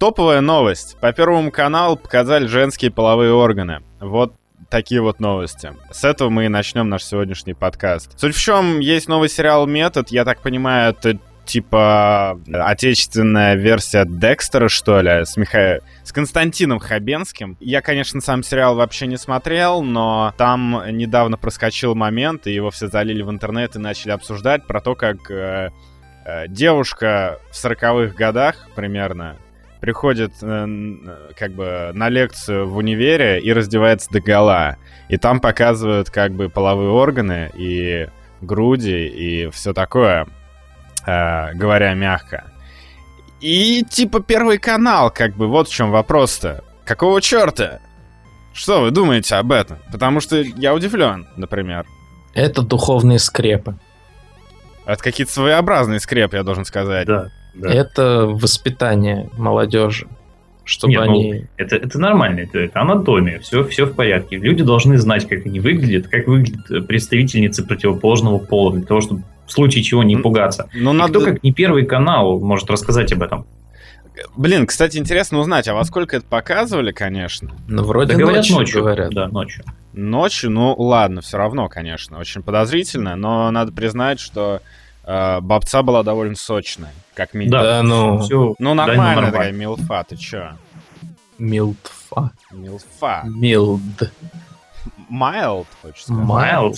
топовая новость. По Первому каналу показали женские половые органы. Вот такие вот новости. С этого мы и начнем наш сегодняшний подкаст. Суть в чем, есть новый сериал «Метод». Я так понимаю, это типа отечественная версия Декстера, что ли, с Константином Хабенским. Я, конечно, сам сериал вообще не смотрел, но там недавно проскочил момент, и его все залили в интернет и начали обсуждать про то, как девушка в 40-х годах примерно приходит как бы на лекцию в универе и раздевается догола. И там показывают как бы половые органы и груди и все такое, говоря мягко. И типа Первый канал, как бы, вот в чем вопрос-то. Какого черта? Что вы думаете об этом? Потому что я удивлен, например. Это духовные скрепы. Это какие-то своеобразные скрепы, я должен сказать. Да. Это воспитание молодежи. Чтобы они... это нормально, это анатомия, все в порядке. Люди должны знать, как они выглядят, как выглядят представительницы противоположного пола, для того, чтобы в случае чего не пугаться. Кто, как не Первый канал, может рассказать об этом? Блин, кстати, интересно узнать, а во сколько это показывали, конечно? Ну, вроде говорят, ночью. Говорят. Да, ночью. Ночью, ну ладно, все равно, конечно, очень подозрительно, но надо признать, что бабца была довольно сочная, как минимум. Да, ну... Все, ну, нормальная такая милфа, ты чё? Милдфа. Милфа. Милд. Mild, хочешь сказать? Mild.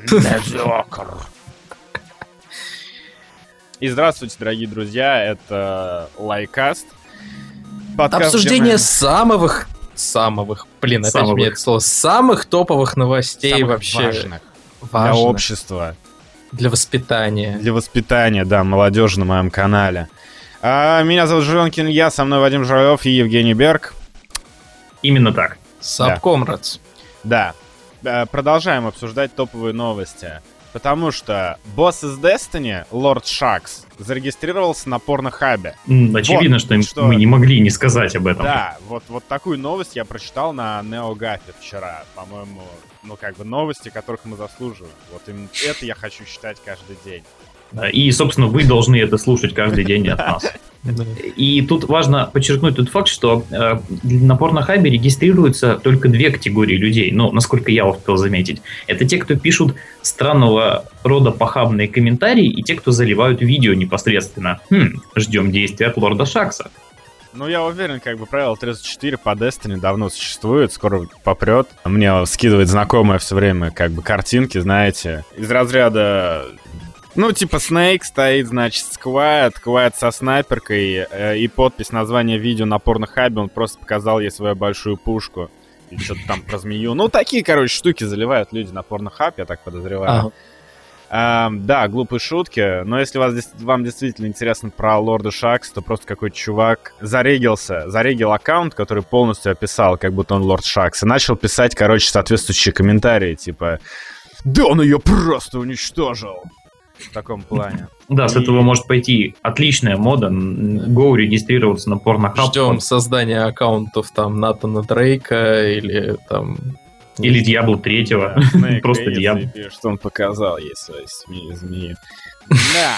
И здравствуйте, дорогие друзья, это Лайкаст. Обсуждение самых, блин, опять мне это слово, самых топовых новостей самых вообще. Важных. Для общества. Для воспитания. Для воспитания, да, молодежи на моем канале. Меня зовут Жирёнкин Илья, со мной Вадим Журавлёв и Евгений Берг. Именно так. Сабкомрадс. Да. Продолжаем обсуждать топовые новости. Потому что босс из Destiny, Лорд Шакс, зарегистрировался на порнохабе. Очевидно, вот, что мы не могли не сказать об этом. Да, вот такую новость я прочитал на NeoGAF вчера. По-моему, ну как бы новости, которых мы заслуживаем. Вот именно это я хочу читать каждый день. И, собственно, вы должны это слушать каждый день от нас. И тут важно подчеркнуть тот факт, что на порнохабе регистрируются только две категории людей, ну, насколько я успел заметить. Это те, кто пишут странного рода похабные комментарии, и те, кто заливают видео непосредственно. Ждем действия от Лорда Шакса. Ну, я уверен, как бы правило 34 по Destiny давно существует, скоро попрет. Мне скидывает знакомая все время как бы картинки, знаете, из разряда... Ну, типа, Snake стоит, значит, Quiet со снайперкой, и подпись названия видео на порнохабе, он просто показал ей свою большую пушку. И что-то там про змею. Ну, такие, короче, штуки заливают люди на порнохаб, я так подозреваю. Да, глупые шутки, но если вам действительно интересно про Лорда Шакс, то просто какой-то чувак зарегил аккаунт, который полностью описал, как будто он Лорд Шакс, и начал писать, короче, соответствующие комментарии, типа «Да он ее просто уничтожил!» В таком плане. Да, с этого может пойти отличная мода. Go регистрироваться на порнохаб. Ждем создания аккаунтов там Натана Дрейка или там... Или Диабло 3-го. Да, просто Диабло. Что он показал ей свои змеи. Да.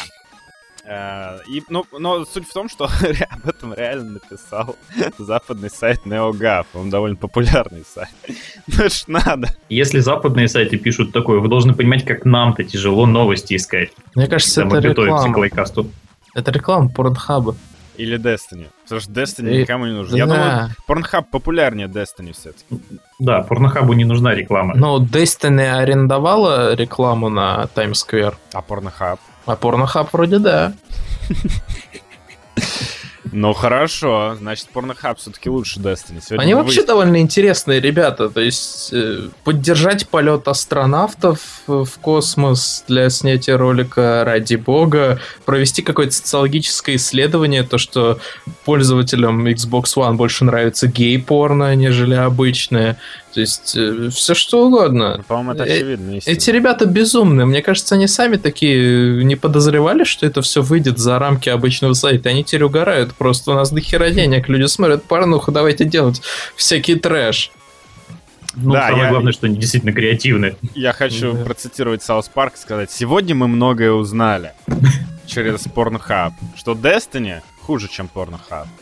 Но суть в том, что об этом реально написал западный сайт NeoGAF. Он довольно популярный сайт. Ну ж надо. Если западные сайты пишут такое, вы должны понимать, как нам-то тяжело новости искать. Мне кажется, это реклама. К лайкасту. Это реклама Порнхаба. Или Destiny. Потому что Destiny никому не нужен. Я думаю, Pornhub популярнее Destiny все-таки. Да, Порнхабу не нужна реклама. Но Destiny арендовала рекламу на Times Square. А Pornhub? А Pornhub вроде да. Ну хорошо, значит Pornhub все-таки лучше Destiny. Сегодня они вообще довольно интересные ребята. То есть поддержать полет астронавтов в космос для снятия ролика ради бога, провести какое-то социологическое исследование, то что пользователям Xbox One больше нравится гей-порно, нежели обычное. То есть все что угодно. По-моему, это очевидно. Эти ребята безумные. Мне кажется, они сами такие не подозревали, что это все выйдет за рамки обычного сайта. Они теперь угорают. Просто у нас дохера денег. Люди смотрят порнуху, давайте делать всякий трэш. Ну, да, самое главное, что они действительно креативны. Я хочу процитировать Саус Парк и сказать: сегодня мы многое узнали через Pornhub, что Destiny хуже, чем Pornhub.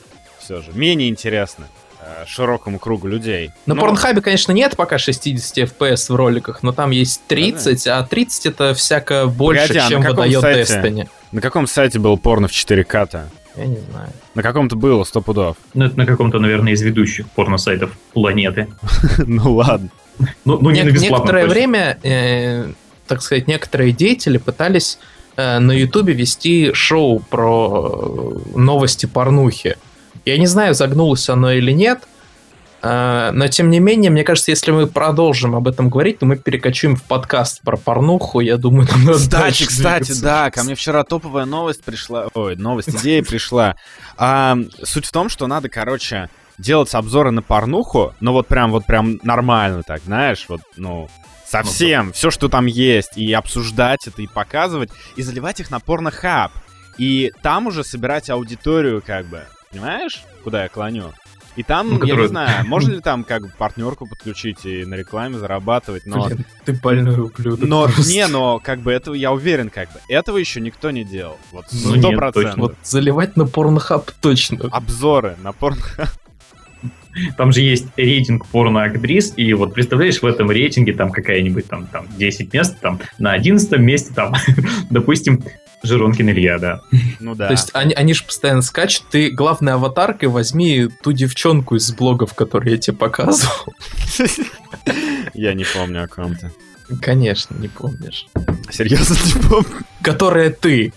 все же. Менее интересно широкому кругу людей. На Порнхабе, конечно, нет пока 60 FPS в роликах, но там есть 30, а 30 это всяко больше, чем выдает Destiny. На каком сайте был порно в 4К-то? Я не знаю. На каком-то было, 100 пудов. Ну, это на каком-то, наверное, из ведущих порно-сайтов планеты. Ну ладно. Ну, не на бесплатном. Некоторое время, так сказать, некоторые деятели пытались на Ютубе вести шоу про новости порнухи. Я не знаю, загнулось оно или нет, но тем не менее, мне кажется, если мы продолжим об этом говорить, то мы перекочуем в подкаст про порнуху, я думаю, нам надо дальше Кстати, да, ко мне вчера топовая новость пришла, идея пришла. Суть в том, что надо, короче, делать обзоры на порнуху, но вот прям нормально так, знаешь, совсем, все, что там есть, и обсуждать это, и показывать, и заливать их на Порнохаб. И там уже собирать аудиторию, как бы, понимаешь, куда я клоню? И там, я не знаю, можно ли там как бы партнерку подключить и на рекламе зарабатывать, но... Блин, ты больной ублюдок. Но как бы этого, я уверен, как бы, этого еще никто не делал. Вот 100%. Вот заливать на Порнохаб точно. Обзоры на Порнохаб. Там же есть рейтинг порно-актрис, и вот представляешь, в этом рейтинге там какая-нибудь там 10 мест, там на 11 месте там, допустим, Жиронкин Илья, да. Ну да. То есть они же постоянно скачут, ты главной аватаркой возьми ту девчонку из блогов, которую я тебе показывал. Я не помню о ком-то. Конечно, не помнишь. Серьезно не помню? Которая ты.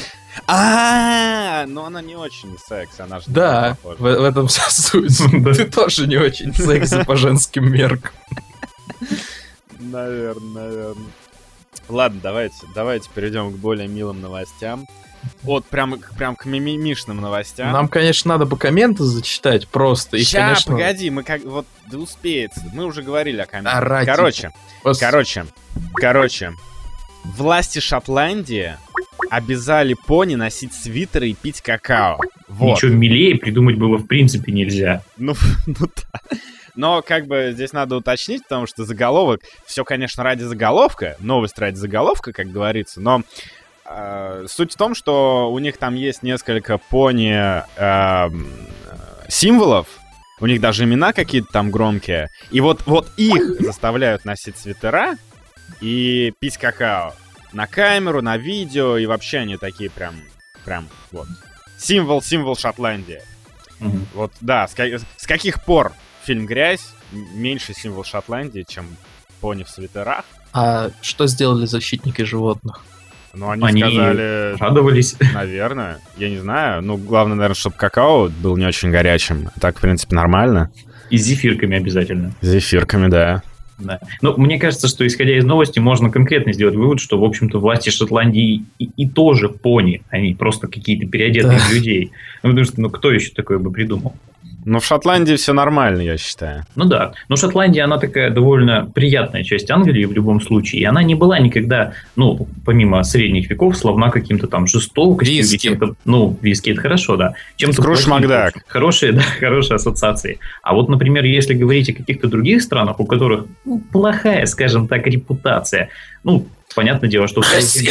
Но она не очень секс, она же... Да, в этом вся суть. Ты тоже не очень секси по женским меркам. Наверное. Ладно, давайте перейдем к более милым новостям. Вот прям к мимимишным новостям. Нам, конечно, надо бы комменты зачитать просто. Сейчас, погоди, мы как... Вот, да успеется. Мы уже говорили о комментах. Короче. Власти Шотландии обязали пони носить свитеры и пить какао. Вот. Ничего милее придумать было в принципе нельзя. Ну да. Но как бы здесь надо уточнить, потому что заголовок, все, конечно, ради заголовка, новость ради заголовка, как говорится, но суть в том, что у них там есть несколько пони символов, у них даже имена какие-то там громкие, и вот их заставляют носить свитера и пить какао. На камеру, на видео, и вообще они такие прям вот. Символ Шотландии. Угу. Вот, да, с каких пор фильм «Грязь» меньше символ Шотландии, чем пони в свитерах? А что сделали защитники животных? Ну, они сказали... радовались. Наверное, я не знаю. Ну, главное, наверное, чтобы какао был не очень горячим. Так, в принципе, нормально. И с зефирками обязательно. С зефирками, да. Да. Но мне кажется, что, исходя из новости, можно конкретно сделать вывод, что, в общем-то, власти Шотландии и тоже пони, они просто какие-то переодетые людей. Ну, потому что, кто еще такое бы придумал? Ну, в Шотландии все нормально, я считаю. Ну да, но Шотландия, она такая довольно приятная часть Англии в любом случае, и она не была никогда, помимо средних веков, славна каким-то там жестокостью. Виски. Виски, это хорошо, да. Чем-то Скруш Макдак. Хорошие ассоциации. А вот, например, если говорить о каких-то других странах, у которых плохая, скажем так, репутация, понятное дело, что...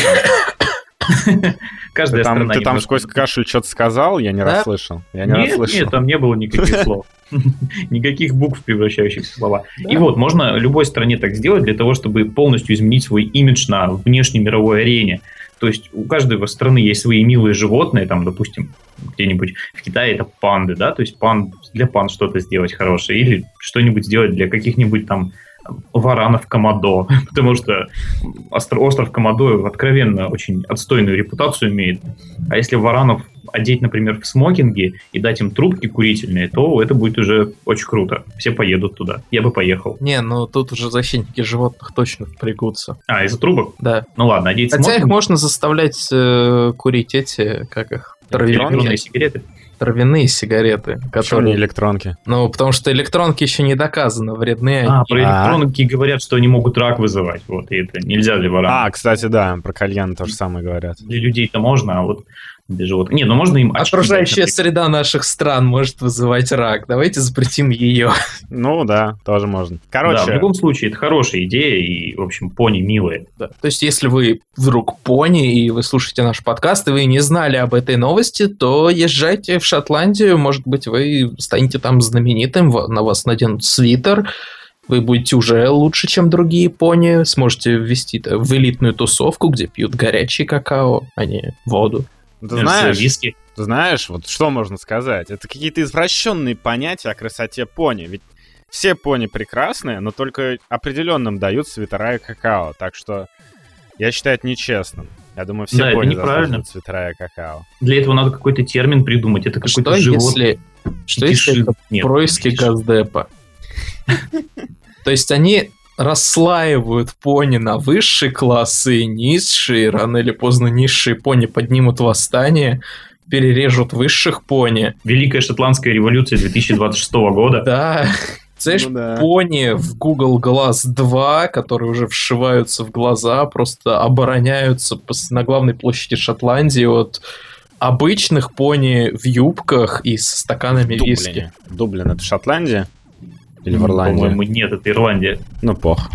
Каждая страна... Ты там сквозь кашель что-то сказал? Я не расслышал. Нет, там не было никаких слов. Никаких букв, превращающихся в слова. И вот, можно любой стране так сделать для того, чтобы полностью изменить свой имидж на внешней мировой арене. То есть у каждой страны есть свои милые животные, там, допустим, где-нибудь в Китае это панды, да, то есть для панд что-то сделать хорошее, или что-нибудь сделать для каких-нибудь там варанов Комодо, потому что остров Комодо откровенно очень отстойную репутацию имеет. А если варанов одеть, например, в смокинги и дать им трубки курительные, то это будет уже очень круто. Все поедут туда. Я бы поехал. Не, тут уже защитники животных точно впрягутся. Из-за трубок? Да. Ну ладно, одеть смокинг. Хотя их можно заставлять курить электронные сигареты. Травяные сигареты. Почему не электронки? Потому что электронки еще не доказано, вредны они. Про электронки говорят, что они могут рак вызывать. Вот, и это нельзя для варанов. Кстати, да, про кальян то же самое говорят. Для людей-то можно, а вот для животных. Не, ну можно им очки Окружающая дать, среда наших стран может вызывать рак. Давайте запретим ее. Ну да, тоже можно. Да, в любом случае, это хорошая идея, и, в общем, пони милые. Да. То есть, если вы вдруг пони, и вы слушаете наш подкаст, и вы не знали об этой новости, то езжайте в Шотландию, может быть, вы станете там знаменитым, на вас наденут свитер, вы будете уже лучше, чем другие пони, сможете ввести в элитную тусовку, где пьют горячий какао, а не воду. Ты знаешь, Виски. знаешь, вот что можно сказать? Это какие-то извращенные понятия о красоте пони. Ведь все пони прекрасные, но только определенным дают свитера и какао. Так что я считаю это нечестным. Я думаю, все Да, это пони неправильно. заслуживают свитера и какао. Для этого надо какой-то термин придумать. Это какой-то Что животное. если это Нет, происки Газдепа? То есть они расслаивают пони на высшие классы и низшие. Рано или поздно низшие пони поднимут восстание, перережут высших пони. Великая шотландская революция 2026 года. Да. Знаешь, Ну да. пони в Google Glass 2, которые уже вшиваются в глаза, просто обороняются на главной площади Шотландии от обычных пони в юбках и со стаканами виски. Дублин — это Шотландия? Или в Ирландии? По-моему, нет, это Ирландия. Ну, пох.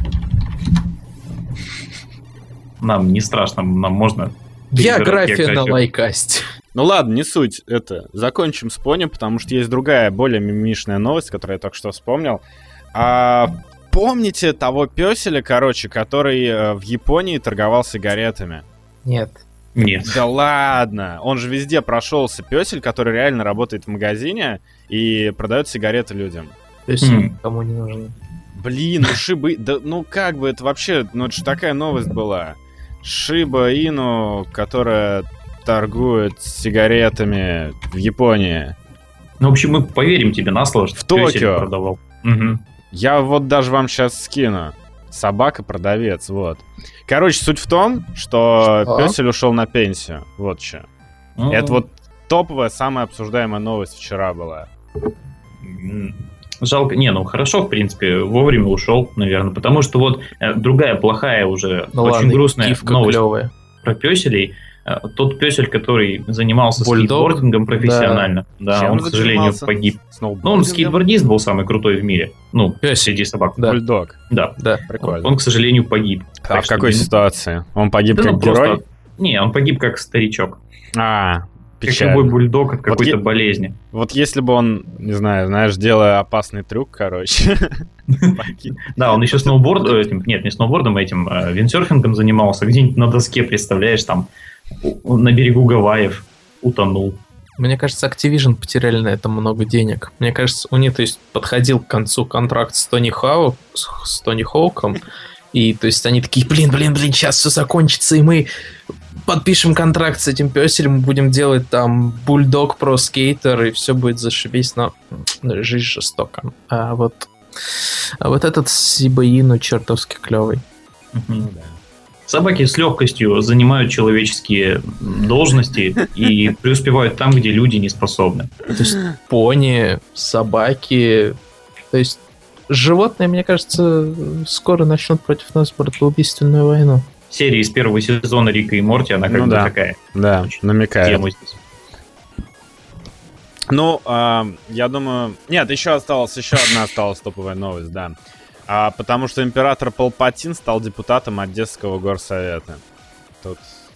Нам не страшно, нам можно... География на географию. лайкасте. Ну ладно, не суть. Закончим с пони, потому что есть другая, более мимишная новость, которую я только что вспомнил. Помните того пёселя, который в Японии торговал сигаретами? Нет. Нет. Да ладно! Он же везде прошелся. Пёсель, который реально работает в магазине и продает сигареты людям. То есть кому не нужно. Блин, ну Шиба... Да ну как бы это вообще... Ну это же такая новость была. Шиба Ину, которая торгует сигаретами в Японии. Ну, в общем, мы поверим тебе на слово, что В Токио. пёсель продавал. Мгм. Я вот даже вам сейчас скину. Собака-продавец, вот. Короче, суть в том, что пёсель ушел на пенсию. Вот что. Ну, Это вот топовая, самая обсуждаемая новость вчера была. Жалко. Не, ну хорошо, в принципе, вовремя ушел, наверное. Потому что вот другая плохая уже, Ну очень ладно, грустная гифка новость клевая. про пёселей. Тот пёсель, который занимался Бульдог? скейтбордингом профессионально, да, Чем он, к сожалению, занимался? погиб. Ну, он Сноубордингом? скейтбордист был самый крутой в мире. Ну, среди собак. Да. Бульдог. Да. Да. Прикольно. Он, к сожалению, погиб. А Так в что, какой блин, ситуации? Он погиб да, как ну, герой? просто- Не, он погиб как старичок. А, Как печально. любой бульдог от какой-то я- болезни. Вот если бы он, не знаю, знаешь, делая опасный трюк, короче. погиб. Да, он еще не сноубордом, этим виндсерфингом занимался. Где-нибудь на доске, представляешь, там на берегу Гавайев утонул. Мне кажется, Activision потеряли на этом много денег. Мне кажется, у них, то есть, подходил к концу контракт с Тони Хоуком, и, то есть, они такие, блин, сейчас все закончится, и мы подпишем контракт с этим пёселем, будем делать там Bulldog Pro Skater, и все будет зашибись, но жизнь жестока. А вот этот Сиба Ину чертовски клевый. Мгм. Собаки с легкостью занимают человеческие должности и преуспевают там, где люди не способны. То есть пони, собаки, то есть животные, мне кажется, скоро начнут против нас братоубийственную войну. Серия из первого сезона Рика и Морти, она как Ну бы да. такая Да, намекает. тема здесь. Ну, я думаю... Нет, еще одна осталась топовая новость, да. Потому что император Палпатин стал депутатом Одесского горсовета. Тут...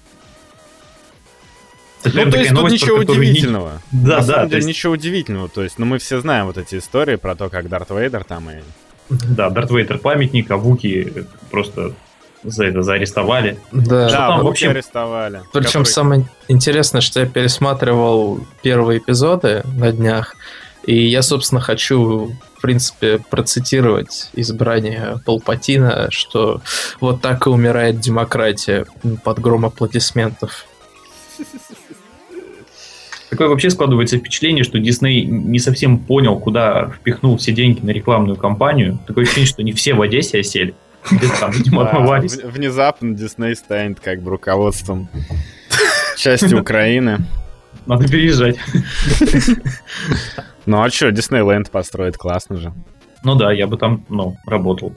Это прям Ну, то есть такая тут новость, ничего про которую удивительного. Да, На самом то деле есть- ничего удивительного. То есть, ну, мы все знаем вот эти истории про то, как Дарт Вейдер там и... Да, Дарт Вейдер памятник, а Вуки просто за это заарестовали. Да. Что Да, там Вуки вообще- арестовали. Причем Который- самое интересное, что я пересматривал первые эпизоды на днях, и я, собственно, хочу, в принципе, процитировать избрание Палпатина, что вот так и умирает демократия под гром аплодисментов. Такое вообще складывается впечатление, что Дисней не совсем понял, куда впихнул все деньги на рекламную кампанию. Такое ощущение, что не все в Одессе осели. Где-то там, видимо, Да, отмывались. внезапно Дисней станет как бы руководством части Украины. Надо переезжать. Ну а что, Диснейленд построит, классно же. Ну да, я бы там, работал.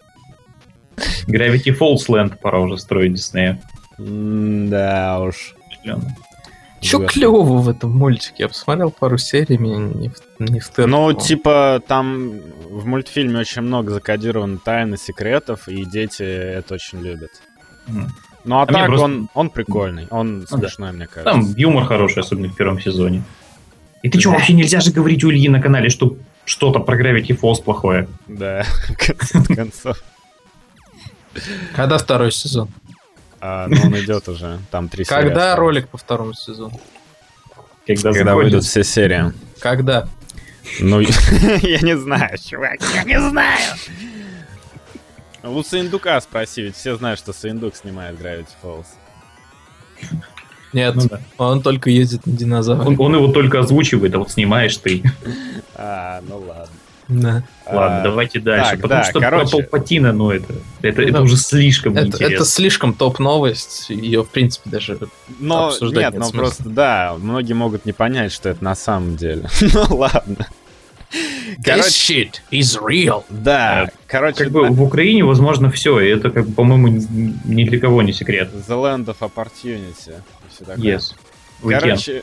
Gravity Falls Land пора уже строить Диснея. Да уж. определенно. Чё клёвого в этом мультике? Я посмотрел пару серий, меня не втыркнуло. Ну, типа, там в мультфильме очень много закодировано тайн и секретов, и дети это очень любят. Ну, а так просто... он прикольный, он смешной, мне кажется. Там юмор хороший, особенно в первом сезоне. И ты чё, вообще нельзя же говорить у Ильи на канале, что что-то про Gravity Falls плохое? Да, в конце концов. Когда второй сезон? Ну, он идет уже, там 3 серии. Когда ролик по второму сезону? Когда выйдут все серии. Когда? Ну, я не знаю, чувак, я не знаю. У Саиндука спроси, ведь все знают, что Саиндук снимает Gravity Falls. Нет, он только ездит на динозавре. Он его только озвучивает, а вот снимаешь ты. Ну ладно. Да. Ладно, давайте дальше. Так, потому да, что короче... про Палпатина, это уже слишком неинтересно. Это слишком топ-новость, ее, в принципе, даже обсуждать нет смысла. Просто, да, многие могут не понять, что это на самом деле. Ну ладно. This shit is real. Да, короче... Как бы в Украине, возможно, все, и это, как бы, по-моему, ни для кого не секрет. The Land of Opportunity. Yes. Короче...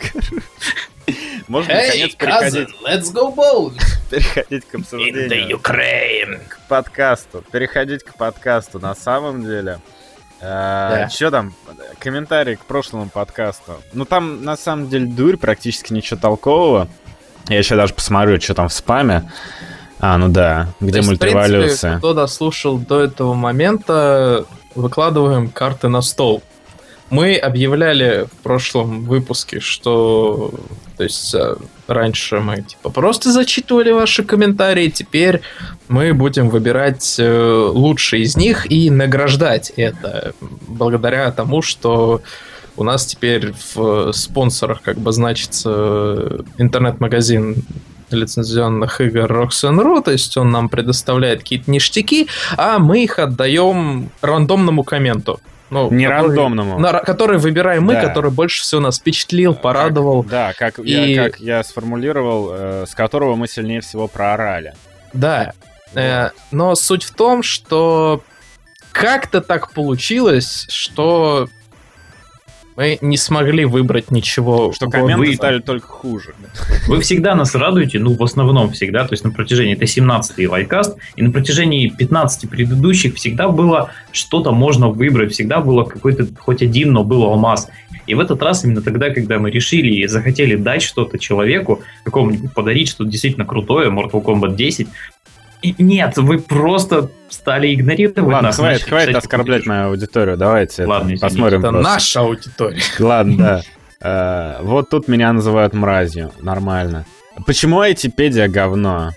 Можно наконец переходить... Let's go bold! Переходить к обсуждению. In the Ukraine. К подкасту. Переходить к подкасту. На самом деле... Что там? Комментарий к прошлому подкасту. Ну, там, на самом деле, дурь, практически ничего толкового. Я еще даже посмотрю, что там в спаме. Ну да, где мультреволюция. В принципе, кто дослушал до этого момента, выкладываем карты на стол. Мы объявляли в прошлом выпуске, что... То есть раньше мы типа просто зачитывали ваши комментарии, теперь мы будем выбирать лучшие из них и награждать это. Благодаря тому, что у нас теперь в спонсорах как бы значится интернет-магазин лицензионных игр Roxanne.ru, то есть он нам предоставляет какие-то ништяки, а мы их отдаем рандомному комменту. Ну, не рандомному. Который выбираем мы, который больше всего нас впечатлил, порадовал. Как я сформулировал, с которого мы сильнее всего проорали. Да. Но суть в том, что как-то так получилось, что мы не смогли выбрать ничего. Что комменты стали только хуже. Вы всегда нас радуете, в основном всегда, то есть на протяжении, это 17-й лайкаст, и на протяжении 15 предыдущих всегда было что-то можно выбрать, всегда было какой-то, хоть один, но был алмаз. И в этот раз именно тогда, когда мы решили и захотели дать что-то человеку, какому-нибудь подарить что-то действительно крутое, Mortal Kombat 10, и нет, вы просто стали игнорировать нас. Хватит оскорблять мою аудиторию, давайте посмотрим. Это наша аудитория. Ладно, да. Вот тут меня называют мразью, нормально. Почему Айтипедия говно?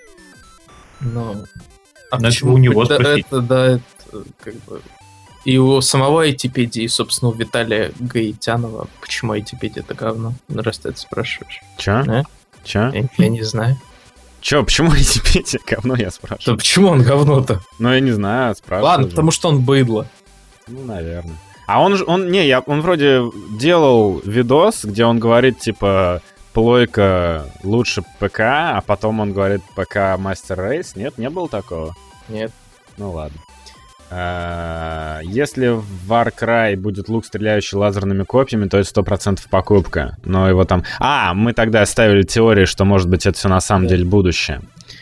Почему у него спросить? Это как бы... И у самого Айтипедии, и, собственно, у Виталия Гаитянова. Почему Айтипедия это говно? Раз ты это спрашиваешь. Чё? Я не знаю. Почему Айтипедия говно, я спрашиваю? Да почему он говно-то? Я не знаю, спрашиваю. Ладно, потому что он быдло. Наверное. А он вроде делал видос, где он говорит, типа, плойка лучше ПК, а потом он говорит ПК Мастер Рейс. Нет, не было такого? Нет. Ну ладно. Если в Far Cry будет лук, стреляющий лазерными копьями, то это 100% покупка. Но его там... мы тогда оставили теорию, что, может быть, это все на самом деле будущее.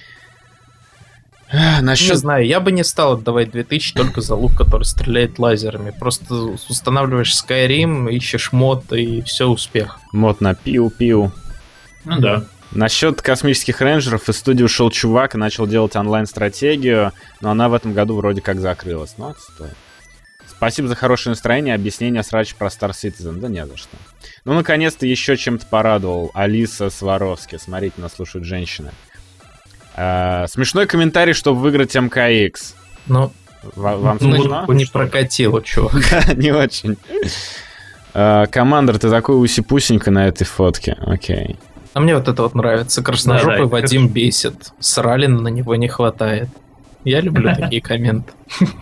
Не знаю, я бы не стал отдавать 2000 только за лук, который стреляет лазерами. Просто устанавливаешь Skyrim, ищешь мод, и все, успех. Мод на пиу-пиу. Ну да. Насчет космических рейнджеров из студии ушел чувак и начал делать онлайн-стратегию, но она в этом году вроде как закрылась. Отстой. Спасибо за хорошее настроение и объяснение срач про Star Citizen. Да не за что. Наконец-то еще чем-то порадовал. Алиса Сваровски. Смотрите, нас слушают женщины. Смешной комментарий, чтобы выиграть МКХ. Вам смешно? Не прокатило, чувак. Да, не очень. Командор, ты такой уси-пусенька на этой фотке. Окей. А мне вот это вот нравится. Красножопый Вадим бесит. Срали, на него не хватает. Я люблю такие комменты.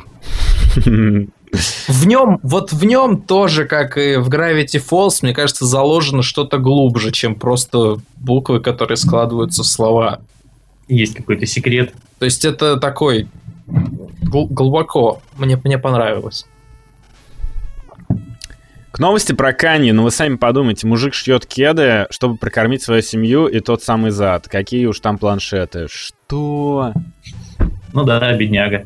В нем тоже, как и в Gravity Falls, мне кажется, заложено что-то глубже, чем просто буквы, которые складываются в слова. Есть какой-то секрет. То есть это такой глубоко. Мне понравилось. К новости про Канье, ну вы сами подумайте, мужик шьет кеды, чтобы прокормить свою семью и тот самый зад. Какие уж там планшеты. Что? Ну да, бедняга.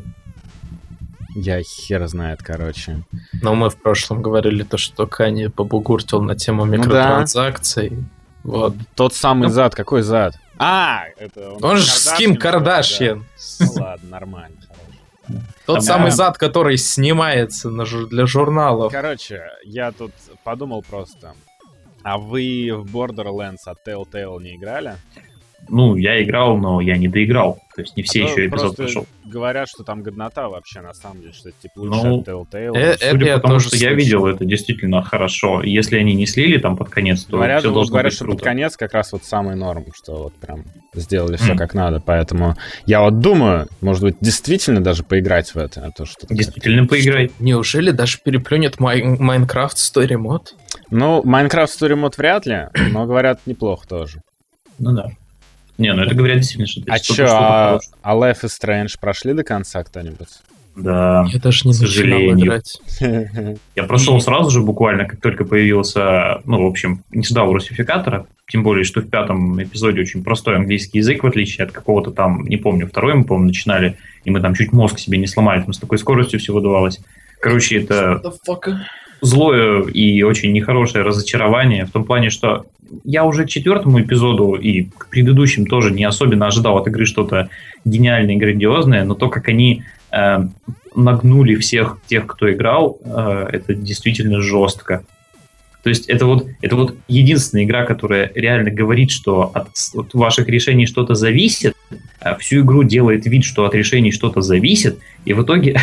Я хер знает, короче. Но мы в прошлом говорили то, что Канье побугуртил на тему микротранзакций. Вот. Тот самый зад, какой зад? Это он же с Ким Кардашьян. Да. Ну ладно, нормально. Тот самый зад, который снимается для журналов. Короче, я тут подумал просто. А вы в Borderlands от Telltale не играли? Ну, я играл, но я не доиграл. То есть не все еще эпизод прошел. Говорят, что там годнота вообще, на самом деле, что это типа лучше от Telltale. Судя по тому, что я видел, это действительно хорошо. Если они не слили там под конец, то говорят, все должно быть что круто. Под конец как раз вот самый норм, что вот прям сделали все как надо. Поэтому я вот думаю, может быть, действительно даже поиграть в это. А то, что действительно поиграть. Неужели даже переплюнет Minecraft Story Mode? Ну, Minecraft Story Mode вряд ли, но говорят, неплохо тоже. Ну да. Не, ну это говорят действительно, что это что-то а Life is Strange прошли до конца кто-нибудь? Да, я даже не начинал играть. Я прошел сразу же, буквально, как только появился, ну, в общем, не ждал у русификатора, тем более, что в 5-м эпизоде очень простой английский язык, в отличие от какого-то там, не помню, второй мы, по-моему, начинали, и мы там чуть мозг себе не сломали, там с такой скоростью все выдавалось. Короче, это злое и очень нехорошее разочарование в том плане, что я уже к 4-му эпизоду и к предыдущим тоже не особенно ожидал от игры что-то гениальное и грандиозное, но то, как они нагнули всех тех, кто играл, это действительно жестко. То есть это вот единственная игра, которая реально говорит, что от ваших решений что-то зависит, а всю игру делает вид, что от решений что-то зависит, и в итоге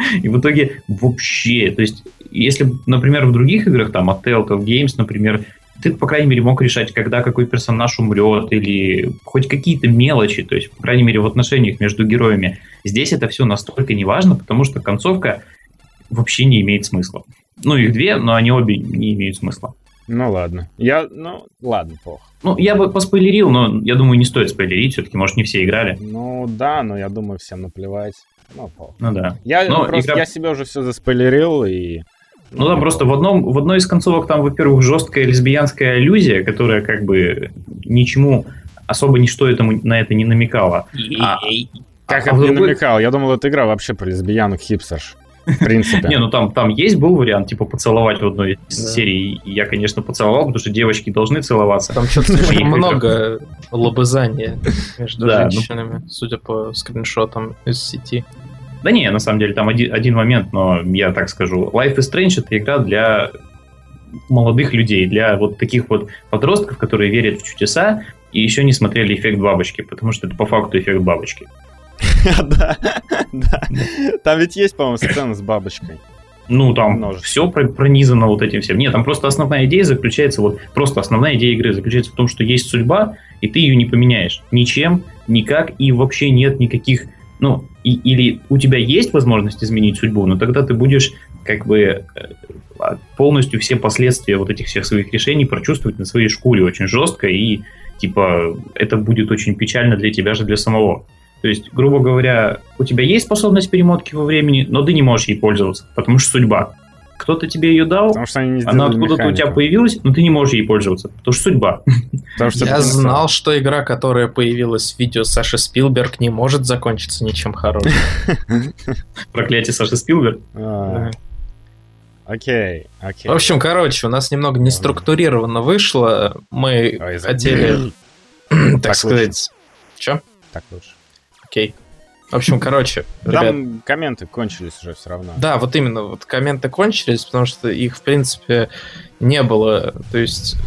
вообще, то есть если, например, в других играх, там, от Telltale Games, например, ты, по крайней мере, мог решать, когда какой персонаж умрет, или хоть какие-то мелочи, то есть, по крайней мере, в отношениях между героями. Здесь это все настолько неважно, потому что концовка вообще не имеет смысла. Ну, их две, но они обе не имеют смысла. Ну, ладно. Ладно, плохо. Ну, я бы поспойлерил, но я думаю, не стоит спойлерить, все-таки, может, не все играли. Ну, да, но я думаю, всем наплевать. Ну, плохо. Ну, да. Я себе уже все заспойлерил, и... Ну да, просто в одной из концовок там, во-первых, жесткая лесбиянская аллюзия, которая как бы ничему особо ничто на это не намекало. Как это не намекал? Я думал, эта игра вообще про лесбиянок-хипстерш. В принципе. Не, ну там был вариант, типа, поцеловать в одной из серий. И я, конечно, поцеловал, потому что девочки должны целоваться. Там что-то слишком много лобызания между женщинами, судя по скриншотам из сети. Да не, на самом деле, там один момент, но я так скажу. Life is Strange — это игра для молодых людей, для вот таких вот подростков, которые верят в чудеса и еще не смотрели «Эффект бабочки», потому что это по факту эффект бабочки. Да. Там ведь есть, по-моему, сцена с бабочкой. Ну, там все пронизано вот этим всем. Нет, там просто основная идея заключается, основная идея игры заключается в том, что есть судьба, и ты ее не поменяешь ничем, никак, и вообще нет никаких... Ну, или у тебя есть возможность изменить судьбу, но тогда ты будешь как бы полностью все последствия вот этих всех своих решений прочувствовать на своей шкуре очень жестко, и типа это будет очень печально для тебя же, для самого. То есть, грубо говоря, у тебя есть способность перемотки во времени, но ты не можешь ей пользоваться, потому что судьба. Кто-то тебе ее дал, она откуда-то у тебя появилась, но ты не можешь ей пользоваться, потому что судьба. Я знал, что игра, которая появилась в видео Саши Спилберг, не может закончиться ничем хорошим. Проклятие Саши Спилберг? Окей. В общем, у нас немного неструктурированно вышло. Мы хотели, так сказать... Чё? Так лучше. Окей. В общем, ребят... Там комменты кончились уже все равно. Да, вот именно, комменты кончились, потому что их, в принципе, не было. То есть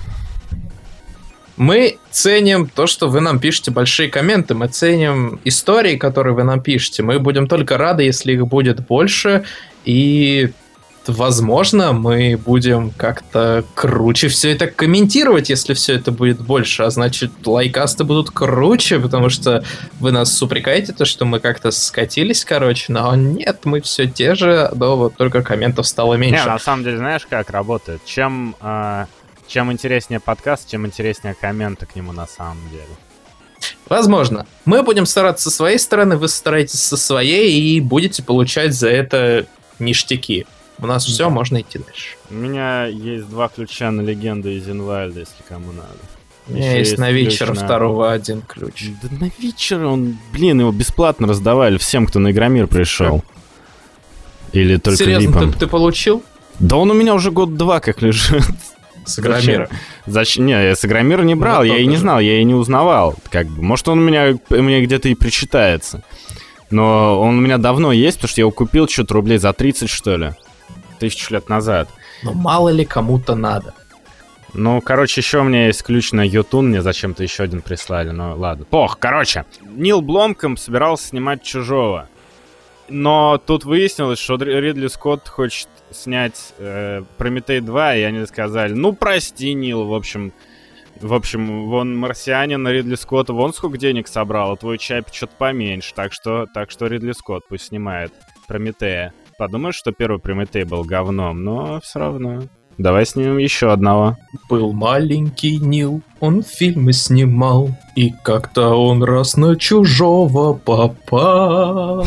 мы ценим то, что вы нам пишете большие комменты, мы ценим истории, которые вы нам пишете. Мы будем только рады, если их будет больше, и... Возможно, мы будем как-то круче все это комментировать, если все это будет больше, а значит, лайкасты будут круче, потому что вы нас упрекаете, то, что мы как-то скатились, но нет, мы все те же, но вот только комментов стало меньше. Не, на самом деле, знаешь, как работает? Чем интереснее подкаст, чем интереснее комменты к нему на самом деле. Возможно. Мы будем стараться со своей стороны, вы стараетесь со своей, и будете получать за это ништяки. У нас все, можно идти дальше. У меня есть 2 ключа на легенду из Инвальда, если кому надо. У меня есть на вечер второго 1 ключ. Да на вечер он, его бесплатно раздавали всем, кто на Игромир пришел. Или только Серьезно, випом. ты получил? Да он у меня уже 2 года как лежит. С Игромира. Зачем? Не, я с Игромира не брал, я и не знал, я и не узнавал. Может, он у меня где-то и причитается. Но он у меня давно есть, потому что я его купил что-то рублей за 30, что ли. 1000 лет назад. Но мало ли кому-то надо. Ну, короче, еще у меня есть ключ на Ютун, мне зачем-то еще один прислали, но ладно. Короче, Нил Бломкомп собирался снимать «Чужого». Но тут выяснилось, что Ридли Скотт хочет снять «Прометей 2», и они сказали, ну, прости, Нил, в общем, вон «Марсианин» на Ридли Скотта вон сколько денег собрал, а твой Чапи что-то поменьше, так что Ридли Скотт пусть снимает «Прометея». Подумаешь, что первый «Прометей» был говном, но все равно. Давай снимем еще одного. Был маленький Нил, он фильмы снимал, и как-то он раз на «Чужого» попал.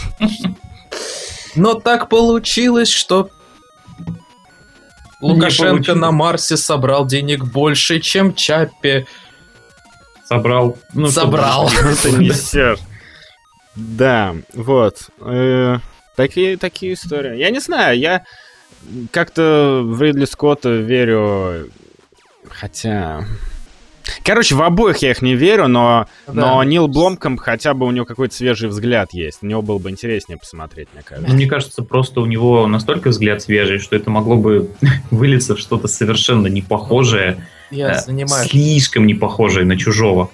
Но так получилось, что Лукашенко на Марсе собрал денег больше, чем Чаппи. Собрал. Собрал. Да, вот. Такие истории. Я не знаю, я как-то в Ридли Скотта верю, хотя... Короче, в обоих я их не верю, но Нил Бломкомп хотя бы у него какой-то свежий взгляд есть. У него было бы интереснее посмотреть, мне кажется. Мне кажется, просто у него настолько взгляд свежий, что это могло бы вылиться в что-то совершенно не похожее, слишком не похожее на «Чужого».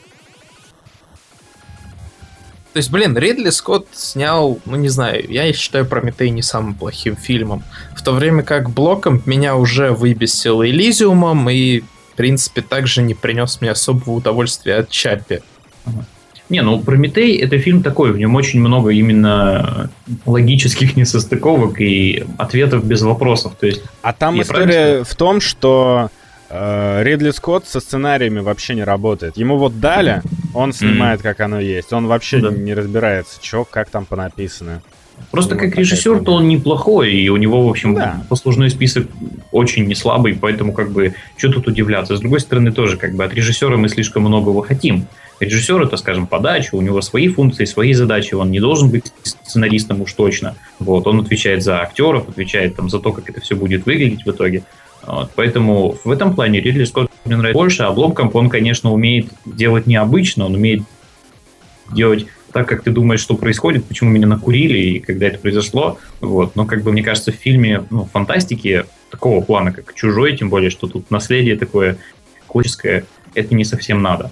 То есть, Ридли Скотт снял, не знаю, я считаю «Прометей» не самым плохим фильмом. В то время как Бломкомп меня уже выбесил «Элизиумом» и, в принципе, также не принес мне особого удовольствия от Чаппи. «Прометей» — это фильм такой, в нем очень много именно логических несостыковок и ответов без вопросов. То есть, а там история в том, что Ридли Скотт со сценариями вообще не работает. Ему вот дали, он снимает, как оно есть. Он вообще не разбирается, как там понаписано. Просто как режиссер-то он неплохой, и у него, в общем, послужной список очень не слабый, поэтому что тут удивляться. С другой стороны, тоже от режиссера мы слишком многого хотим. Режиссер — это, скажем, подача, у него свои функции, свои задачи, он не должен быть сценаристом уж точно. Он отвечает за актеров, отвечает за то, как это все будет выглядеть в итоге. Поэтому в этом плане Ридли Скотт мне нравится больше, а Бломкомп, он, конечно, умеет делать необычно, он умеет делать так, как ты думаешь, что происходит, почему меня накурили и когда это произошло. Но, мне кажется, в фильме фантастики такого плана, как «Чужой», тем более, что тут наследие такое классическое, это не совсем надо.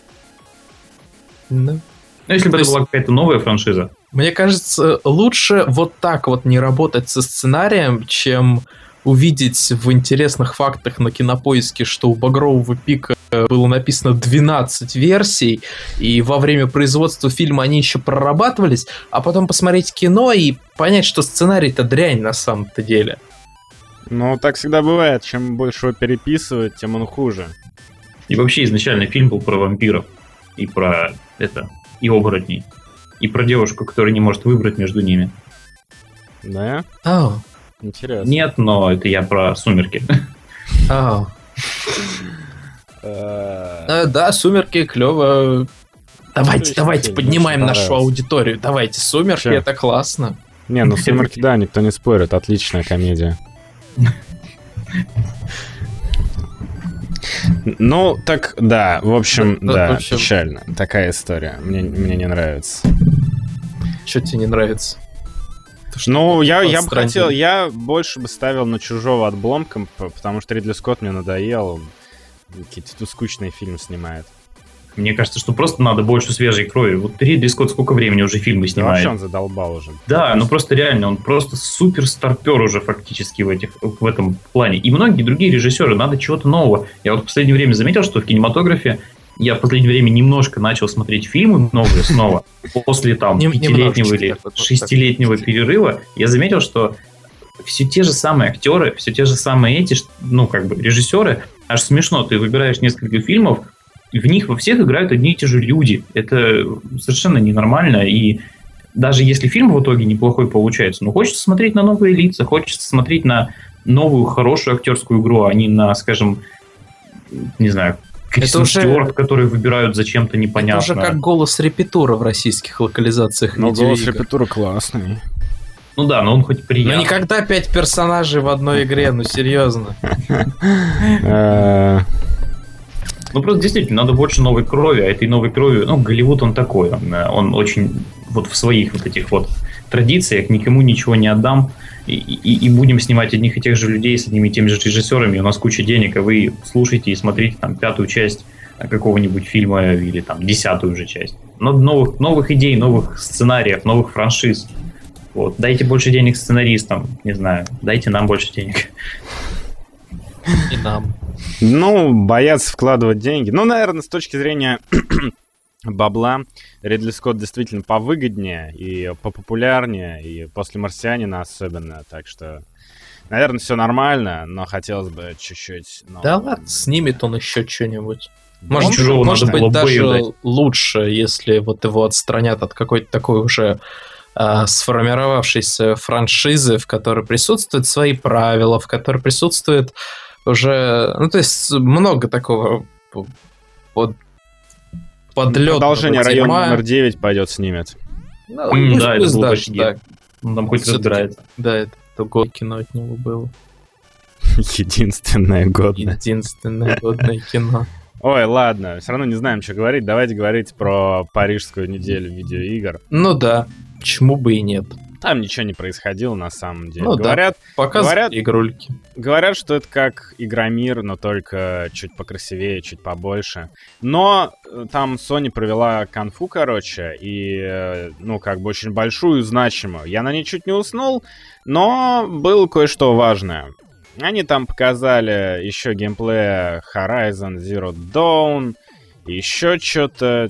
Да. Если бы это была какая-то новая франшиза. Мне кажется, лучше вот так не работать со сценарием, чем увидеть в интересных фактах на Кинопоиске, что у «Багрового пика» было написано 12 версий, и во время производства фильма они еще прорабатывались, а потом посмотреть кино и понять, что сценарий-то дрянь на самом-то деле. Так всегда бывает. Чем больше его переписывать, тем он хуже. И вообще изначально фильм был про вампиров. И про и оборотней. И про девушку, которая не может выбрать между ними. Да? Интересно. Нет, но это я про «Сумерки». Да, «Сумерки» клево. Давайте, поднимаем нашу аудиторию. Давайте, «Сумерки» — это классно. «Сумерки», да, никто не спорит. Отличная комедия. В общем, печально. Такая история. Мне не нравится. Что тебе не нравится? Я бы хотел, я больше бы ставил на «Чужого» от Бломкомпа, потому что Ридли Скотт мне надоел, какие-то скучные фильмы снимает. Мне кажется, что просто надо больше свежей крови. Ридли Скотт сколько времени уже фильмы снимает? Вообще он задолбал уже. Да, просто реально, он просто супер старпер уже фактически в этом плане. И многие другие режиссеры, надо чего-то нового. Я в последнее время заметил, что в кинематографе я в последнее время немножко начал смотреть фильмы новые снова. После 5-летнего или 6-летнего перерыва я заметил, что все те же самые актеры, все те же самые режиссеры. Аж смешно, ты выбираешь несколько фильмов, и в них во всех играют одни и те же люди. Это совершенно ненормально, и даже если фильм в итоге неплохой получается, ну, хочется смотреть на новые лица, хочется смотреть на новую, хорошую актерскую игру, а не на, скажем, не знаю, Кристен Стюарт, который выбирают зачем-то непонятно. Это уже как голос репетура в российских локализациях но видеоигр. голос репетура классный. Ну да, но он хоть приятный. Ну никогда 5 персонажей в одной игре, ну серьезно. Ну просто действительно, надо больше новой крови, а этой новой крови, ну, Голливуд он такой, он очень вот в своих вот этих вот традициях, никому ничего не отдам, и будем снимать одних и тех же людей с одними и теми же режиссерами, у нас куча денег, а вы слушайте и смотрите там 5-ю часть какого-нибудь фильма или там 10-ю уже часть. Но новых идей, новых сценариев, новых франшиз. Вот. Дайте больше денег сценаристам, не знаю, дайте нам больше денег. И нам. Ну, боятся вкладывать деньги. Ну, наверное, с точки зрения бабла, Ридли Скотт действительно повыгоднее и попопулярнее, и после «Марсианина» особенно, так что, наверное, все нормально, но хотелось бы чуть-чуть... Да ладно, снимет он еще что-нибудь. Чужого Может надо было быть, даже дать. лучше, если вот его отстранят от какой-то такой уже сформировавшейся франшизы, в которой присутствуют свои правила, в которой присутствует уже... Ну, то есть, много такого подлетного Продолжение дерьма. «Района номер 9» пойдет снимет. Ну, да, это было даже почти. так. Он там хоть Всё-таки, разбирается. да, это другое кино от него было. Единственное годное. Единственное годное кино. Ой, ладно, все равно не знаем, что говорить. Давайте говорить про парижскую неделю видеоигр. Ну да, почему бы и нет. Там ничего не происходило на самом деле. Ну Говорят, показывают игрульки. Говорят, что это как Игромир, но только чуть покрасивее, чуть побольше. Но там Sony провела конфу, короче, и, ну, как бы очень большую, значимую. Я на ней чуть не уснул, но было кое-что важное. Они там показали еще геймплея Horizon Zero Dawn, еще что-то,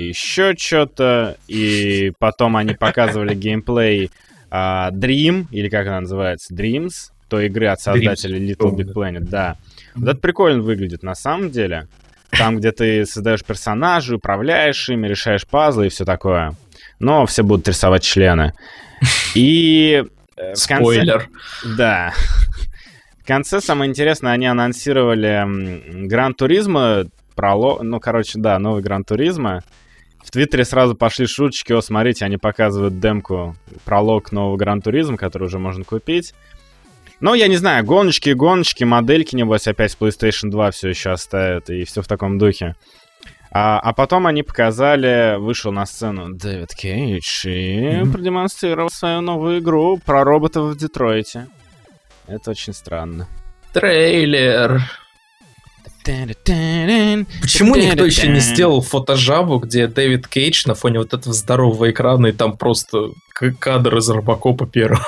и потом они показывали геймплей Dream, или как она называется, Dreams, той игры от создателей Little Big Planet, да. Вот это прикольно выглядит на самом деле. Там, где ты создаешь персонажей, управляешь ими, решаешь пазлы и все такое. Но все будут рисовать члены. И в конце... Спойлер. Да. В конце, самое интересное, они анонсировали Гран Туризмо, новый Гран Туризмо. В Твиттере сразу пошли шуточки: о, смотрите, они показывают демку, пролог нового Гран Туризма, который уже можно купить. Ну, я не знаю, гоночки, модельки, небось, опять с PlayStation 2 все еще оставят, и все в таком духе. А потом они показали, вышел на сцену Дэвид Кейдж и продемонстрировал свою новую игру про роботов в Детройте. Это очень странно. Трейлер. Почему никто еще не сделал фотожабу, где Дэвид Кейдж на фоне вот этого здорового экрана, и там просто кадр из Робокопа первого?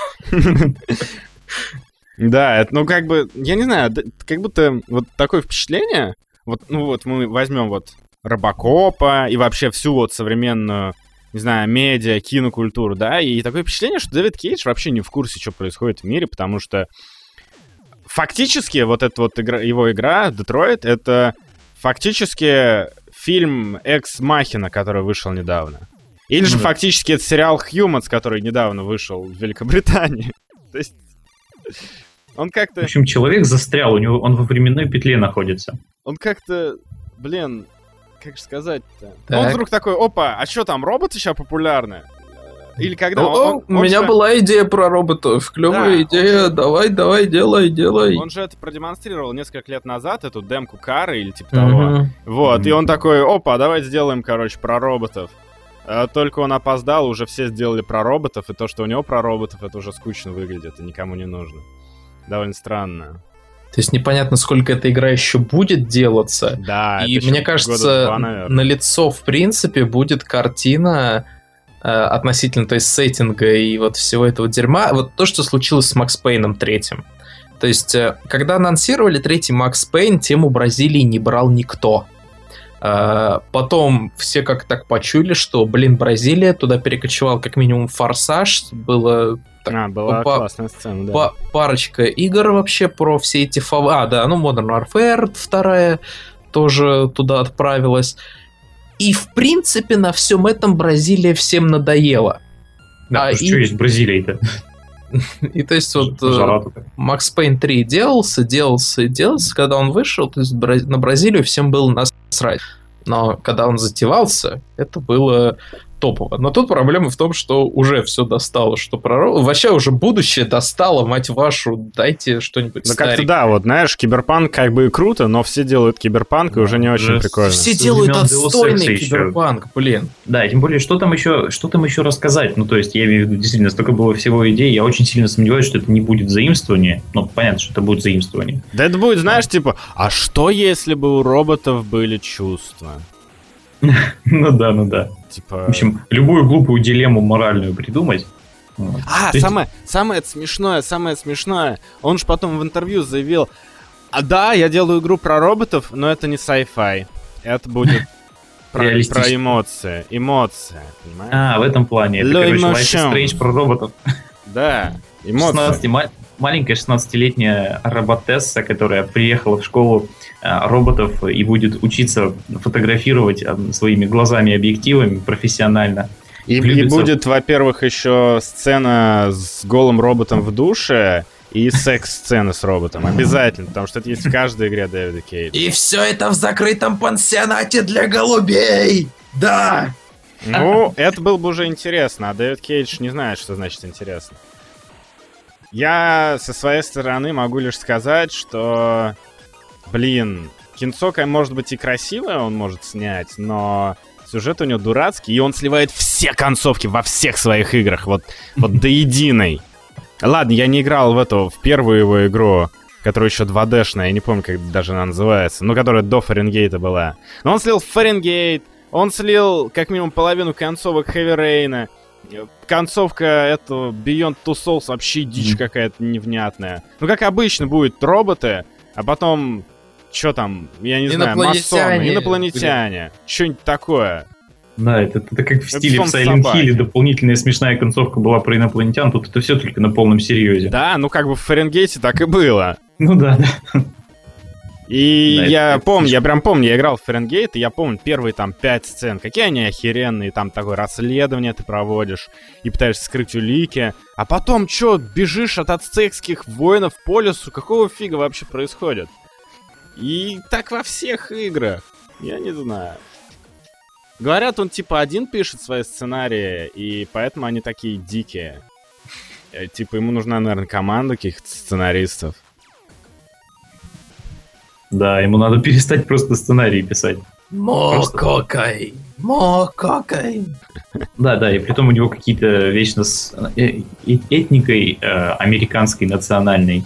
Да, это, ну, как бы, я не знаю, как будто вот такое впечатление, вот, ну, вот мы возьмем вот Робокопа и вообще всю вот современную, не знаю, медиа, кинокультуру, да, и такое впечатление, что Дэвид Кейдж вообще не в курсе, что происходит в мире, потому что фактически вот эта вот его игра, Детройт, это фактически фильм «Экс Махина», который вышел недавно. Или же фактически это сериал «Humans», который недавно вышел в Великобритании. То есть он как-то... В общем, человек застрял, он во временной петле находится. Он как-то, блин, как же сказать-то? Так. Он вдруг такой: опа, а что там, роботы сейчас популярны? Или когда У меня была идея про роботов, клевая идея, давай, делай. Он же это продемонстрировал несколько лет назад, эту демку Кары или типа того. Вот, и он такой: опа, давай сделаем, короче, про роботов. Только он опоздал, уже все сделали про роботов, и то, что у него про роботов, это уже скучно выглядит и никому не нужно. Довольно странно. То есть непонятно, сколько эта игра еще будет делаться. Да, и мне кажется, налицо, в принципе, будет картина относительно, то есть, сеттинга и вот всего этого дерьма. Вот то, что случилось с Макс Пейном 3. То есть, когда анонсировали 3-й Макс Пейн, тему Бразилии не брал никто. Потом все как так почули, что, Бразилия, туда перекочевал как минимум Форсаж, было... была классная сцена, да. Парочка игр вообще про все эти... Modern Warfare 2 тоже туда отправилась. И, в принципе, на всем этом Бразилия всем надоела. Да, что есть в Бразилии-то? И то есть вот Жара-то. Max Payne 3 делался, когда он вышел, то есть на Бразилию всем было насрать. Но когда он затевался, это было топово. Но тут проблема в том, что уже все достало, что вообще уже будущее достало, мать вашу, дайте что-нибудь Ну старенькое. как-то да, вот знаешь, киберпанк как бы и круто, но все делают киберпанк, и уже не очень прикольно. Все делают Времен Deus отстойный Ex еще. киберпанк, блин. Да, тем более, что там еще рассказать? Ну, то есть, я имею в виду, действительно, столько было всего идей, я очень сильно сомневаюсь, что это не будет заимствование. Ну, понятно, что это будет заимствование. Да это будет, знаешь, типа, а что если бы у роботов были чувства? Ну да. Типа... В общем, любую глупую дилемму моральную придумать. Вот. А, То есть- самое смешное, он же потом в интервью заявил, да, я делаю игру про роботов, но это не sci-fi, это будет про Реалистично. эмоции, понимаешь? А, в этом плане. Это, Low короче, Life emotion. is Strange про роботов. Да, эмоции. Маленькая 16-летняя роботесса, которая приехала в школу роботов и будет учиться фотографировать своими глазами и объективами профессионально. И влюбится. будет, во-первых, еще сцена с голым роботом в душе и секс-сцена с роботом. Обязательно, потому что это есть в каждой игре Дэвида Кейджа. И все это в закрытом пансионате для голубей! Да! Ну, это было бы уже интересно, а Дэвид Кейдж не знает, что значит интересно. Я со своей стороны могу лишь сказать, что, блин, кинцо, может быть, и красивое он может снять, но сюжет у него дурацкий, и он сливает все концовки во всех своих играх, вот до единой. Ладно, я не играл в первую его игру, которая еще 2D-шная, я не помню, как даже она называется, но которая до Фаренгейта была. Но он слил Фаренгейт, он слил как минимум половину концовок Heavy Rain'а. Концовка этого Beyond Two Souls вообще дичь какая-то невнятная. Ну, как обычно, будут роботы, а потом, что там, я не знаю, масоны, инопланетяне, что-нибудь такое. Да, это как в стиле в сон Silent собаки. Hill дополнительная смешная концовка была про инопланетян, тут это все только на полном серьезе. Да, ну как бы в Фаренгейте так и было. Ну да. И Да, я это помню, я прям помню, я играл в Фаренгейт, и я помню первые там 5 сцен. Какие они охеренные, там такое расследование ты проводишь и пытаешься скрыть улики. А потом что, бежишь от ацтекских воинов по лесу? Какого фига вообще происходит? И так во всех играх. Я не знаю. Говорят, он типа один пишет свои сценарии, и поэтому они такие дикие. Типа ему нужна, наверное, команда каких-то сценаристов. Да, ему надо перестать просто сценарии писать. Мококай! Да, и притом у него какие-то вечно с этникой американской, национальной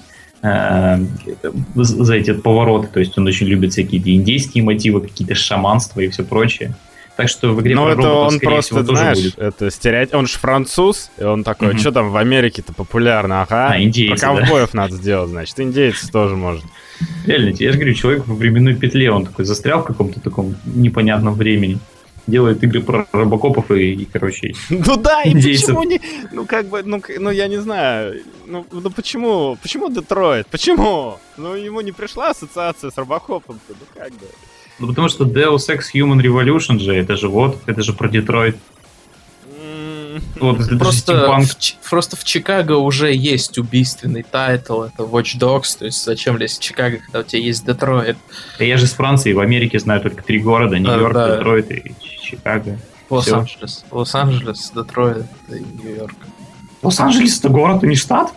за эти повороты. То есть он очень любит всякие индейские мотивы, какие-то шаманства и все прочее. Так что в игре Ну, про это роботов, он скорее просто, всего, тоже знаешь, будет. это стереотип. Он же француз, и он такой, Мгм. что там в Америке-то популярно? Ага, индейцы, про ковбоев надо сделать, значит. Индейцы тоже может. Реально, я же говорю, человек во временной петле, он такой застрял в каком-то таком непонятном времени. Делает игры про робокопов и короче... Ну да, и Индейцев. почему не... Ну как бы, ну я не знаю. Ну почему Детройт? Почему? Ну ему не пришла ассоциация с робокопом-то, ну как бы. Ну, потому что Deus Ex Human Revolution же, это же про Детройт. Вот, это же стимпанк. Просто в Чикаго уже есть убийственный тайтл, это Watch Dogs, то есть зачем лезть в Чикаго, когда у тебя есть Детройт? Я же с Франции, в Америке знаю только 3 города: Нью-Йорк, Да. Детройт и Чикаго. Лос-Анджелес. Лос-Анджелес, Детройт и Нью-Йорк. Лос-Анджелес это город, а не штат?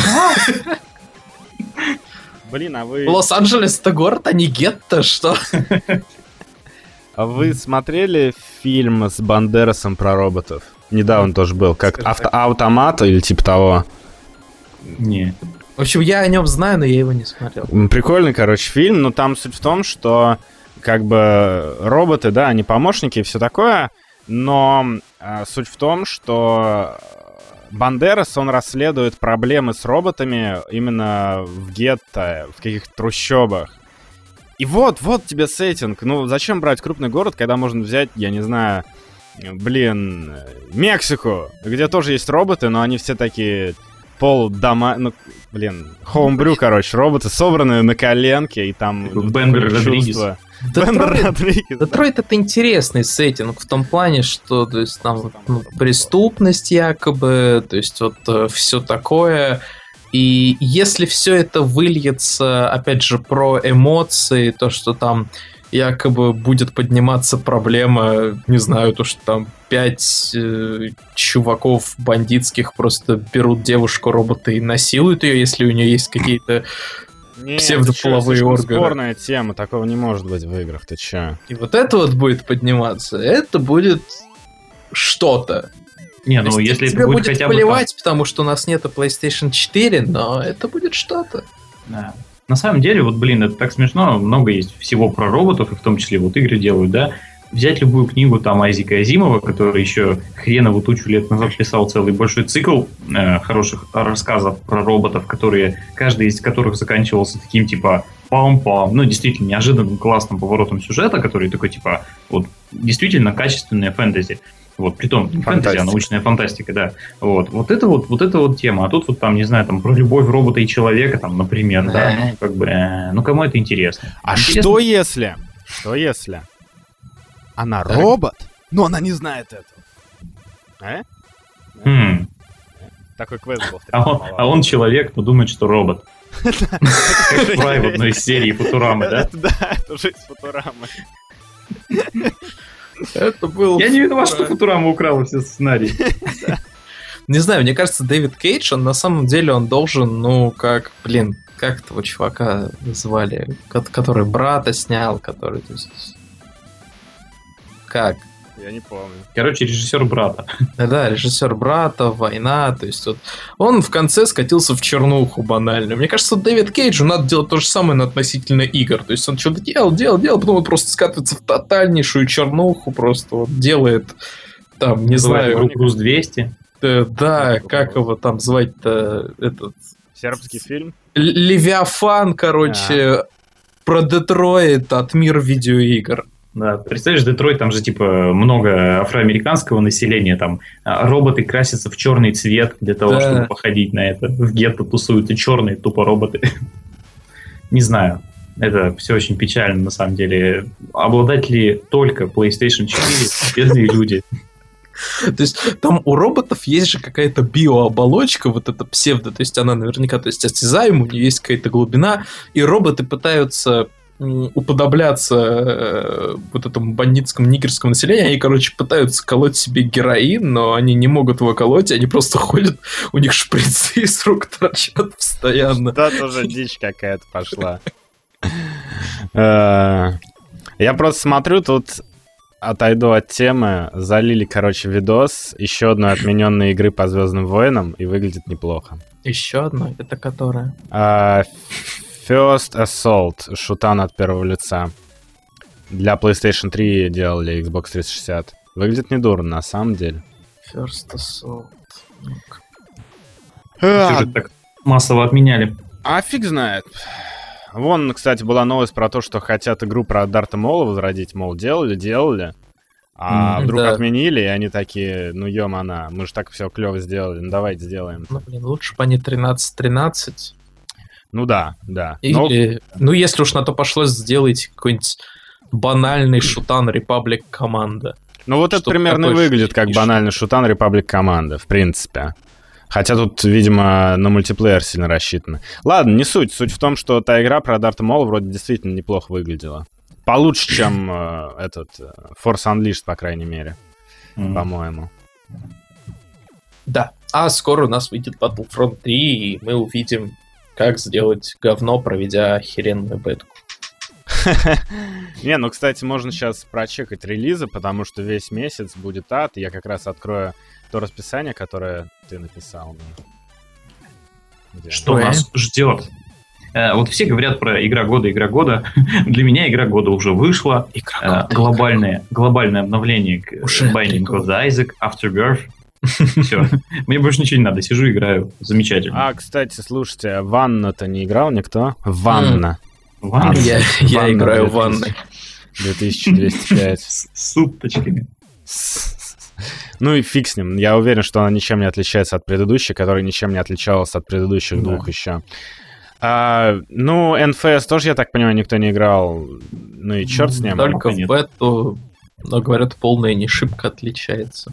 Блин, а вы... Лос-Анджелес это город, а не гетто, что? А вы смотрели фильм с Бандерасом про роботов? Недавно тоже был, как Автомат или типа того. Не. В общем, я о нем знаю, но я его не смотрел. Прикольный, короче, фильм, но там суть в том, что как бы роботы, да, они помощники и все такое, но суть в том, что Бандерас, он расследует проблемы с роботами именно в гетто, в каких-то трущобах. И вот тебе сеттинг. Ну, зачем брать крупный город, когда можно взять, я не знаю, блин, Мексику, где тоже есть роботы, но они все такие полудома... Ну, хоумбрю, короче, роботы, собранные на коленке, и там... Бендер Родригес. Детройт — это интересный сеттинг в том плане, что то есть, там преступность якобы, то есть вот все такое. И если все это выльется, опять же, про эмоции, то, что там якобы будет подниматься проблема, не знаю, то, что там 5 чуваков бандитских просто берут девушку-робота и насилуют ее, если у нее есть какие-то псевдополовые органы. Спорная тема, такого не может быть в играх, ты че? И вот это вот будет подниматься, это будет что-то. Не, ну если тебе это будет будет хотя бы плевать, потому что у нас нету PlayStation 4, но это будет что-то. Да. На самом деле, вот, это так смешно, много есть всего про роботов, и в том числе вот игры делают, да. Взять любую книгу там Айзека Азимова, который еще хренову тучу лет назад писал целый большой цикл хороших рассказов про роботов, каждый из которых заканчивался таким типа пам-пам, ну, действительно неожиданным классным поворотом сюжета, который такой типа вот действительно качественная фэнтези. Вот, притом не фэнтези, а научная фантастика, да. Вот это вот тема. А тут вот там, не знаю, там про любовь робота и человека, там, например, да, ну кому это интересно? Интересно? Что если она робот, но она не знает этого? Такой квест был. А он человек, но думает, что робот. Как Фрай в одной из серий Футурамы, да? Да, это уже из Футурамы. Это был... Я не виноват, что Футурама украла все сценарии. Не знаю, мне кажется, Дэвид Кейдж, он на самом деле, он должен, как этого чувака звали, который брата снял, который, то есть... Как? Я не помню. Короче, режиссер «Брата». Да, режиссер «Брата», «Война», то есть вот он в конце скатился в чернуху банальную. Мне кажется, Дэвид Кейджу надо делать то же самое, но относительно игр. То есть он что-то делал, потом он просто скатывается в тотальнейшую чернуху, просто вот делает там, не знаю... Груз 200. Да, как его там звать-то, этот... Сербский фильм? Левиафан, короче, про Детройт от мира видеоигр. Да, представляешь, Детройт, там же типа много афроамериканского населения, там роботы красятся в черный цвет для того, чтобы походить на это. В гетто тусуются черные тупо роботы. Не знаю, это все очень печально на самом деле. Обладатели только PlayStation 4 бедные люди. То есть там у роботов есть же какая-то биооболочка, вот эта псевдо, то есть она наверняка, то есть осязаема, у нее есть какая-то глубина, и роботы пытаются уподобляться вот этому бандитскому нигерскому населению, они, короче, пытаются колоть себе героин, но они не могут его колоть, они просто ходят, у них шприцы из рук торчат постоянно. Да, тоже дичь какая-то пошла. Я просто смотрю, тут отойду от темы, залили, короче, видос еще одной отмененной игры по Звездным войнам, и выглядит неплохо. Еще одна? Это которая? First Assault, шутан от первого лица. Для PlayStation 3 делали Xbox 360. Выглядит недурно, на самом деле. First Assault. Сюжет так массово отменяли. А фиг знает. Вон, кстати, была новость про то, что хотят игру про Дарта Мола возродить. Мол, делали. А вдруг отменили, и они такие, ну ё-мана, мы же так все клево сделали, ну давайте сделаем. Ну, блин, лучше бы они 13-13. Ну да. Или, если уж на то пошло, сделайте какой-нибудь банальный шутан Republic Команда. Ну вот это примерно выглядит как банальный шутан Republic Команда, в принципе. Хотя тут, видимо, на мультиплеер сильно рассчитано. Ладно, не суть. Суть в том, что та игра про Дарта Мола вроде действительно неплохо выглядела. Получше, чем Force Unleashed, по крайней мере. По-моему. Да. А скоро у нас выйдет Battlefront 3, и мы увидим, как сделать говно, проведя охеренную бетку. Не, ну, кстати, можно сейчас прочекать релизы, потому что весь месяц будет ад. Я как раз открою то расписание, которое ты написал. Что нас ждет? Вот все говорят про игра года. Для меня игра года уже вышла. Глобальное обновление к Binding of Isaac, Afterbirth. Все. Мне больше ничего не надо. Сижу, играю. Замечательно. А, кстати, слушайте, Ванна-то не играл никто? Ванна. Я играю в ванной. 2205. С уточками. Ну и фиг с ним. Я уверен, что она ничем не отличается от предыдущей, которая ничем не отличалась от предыдущих двух еще. Ну, NFS тоже, я так понимаю, никто не играл. Ну и черт с ним. Только в бету, но, говорят, полная не шибко отличается.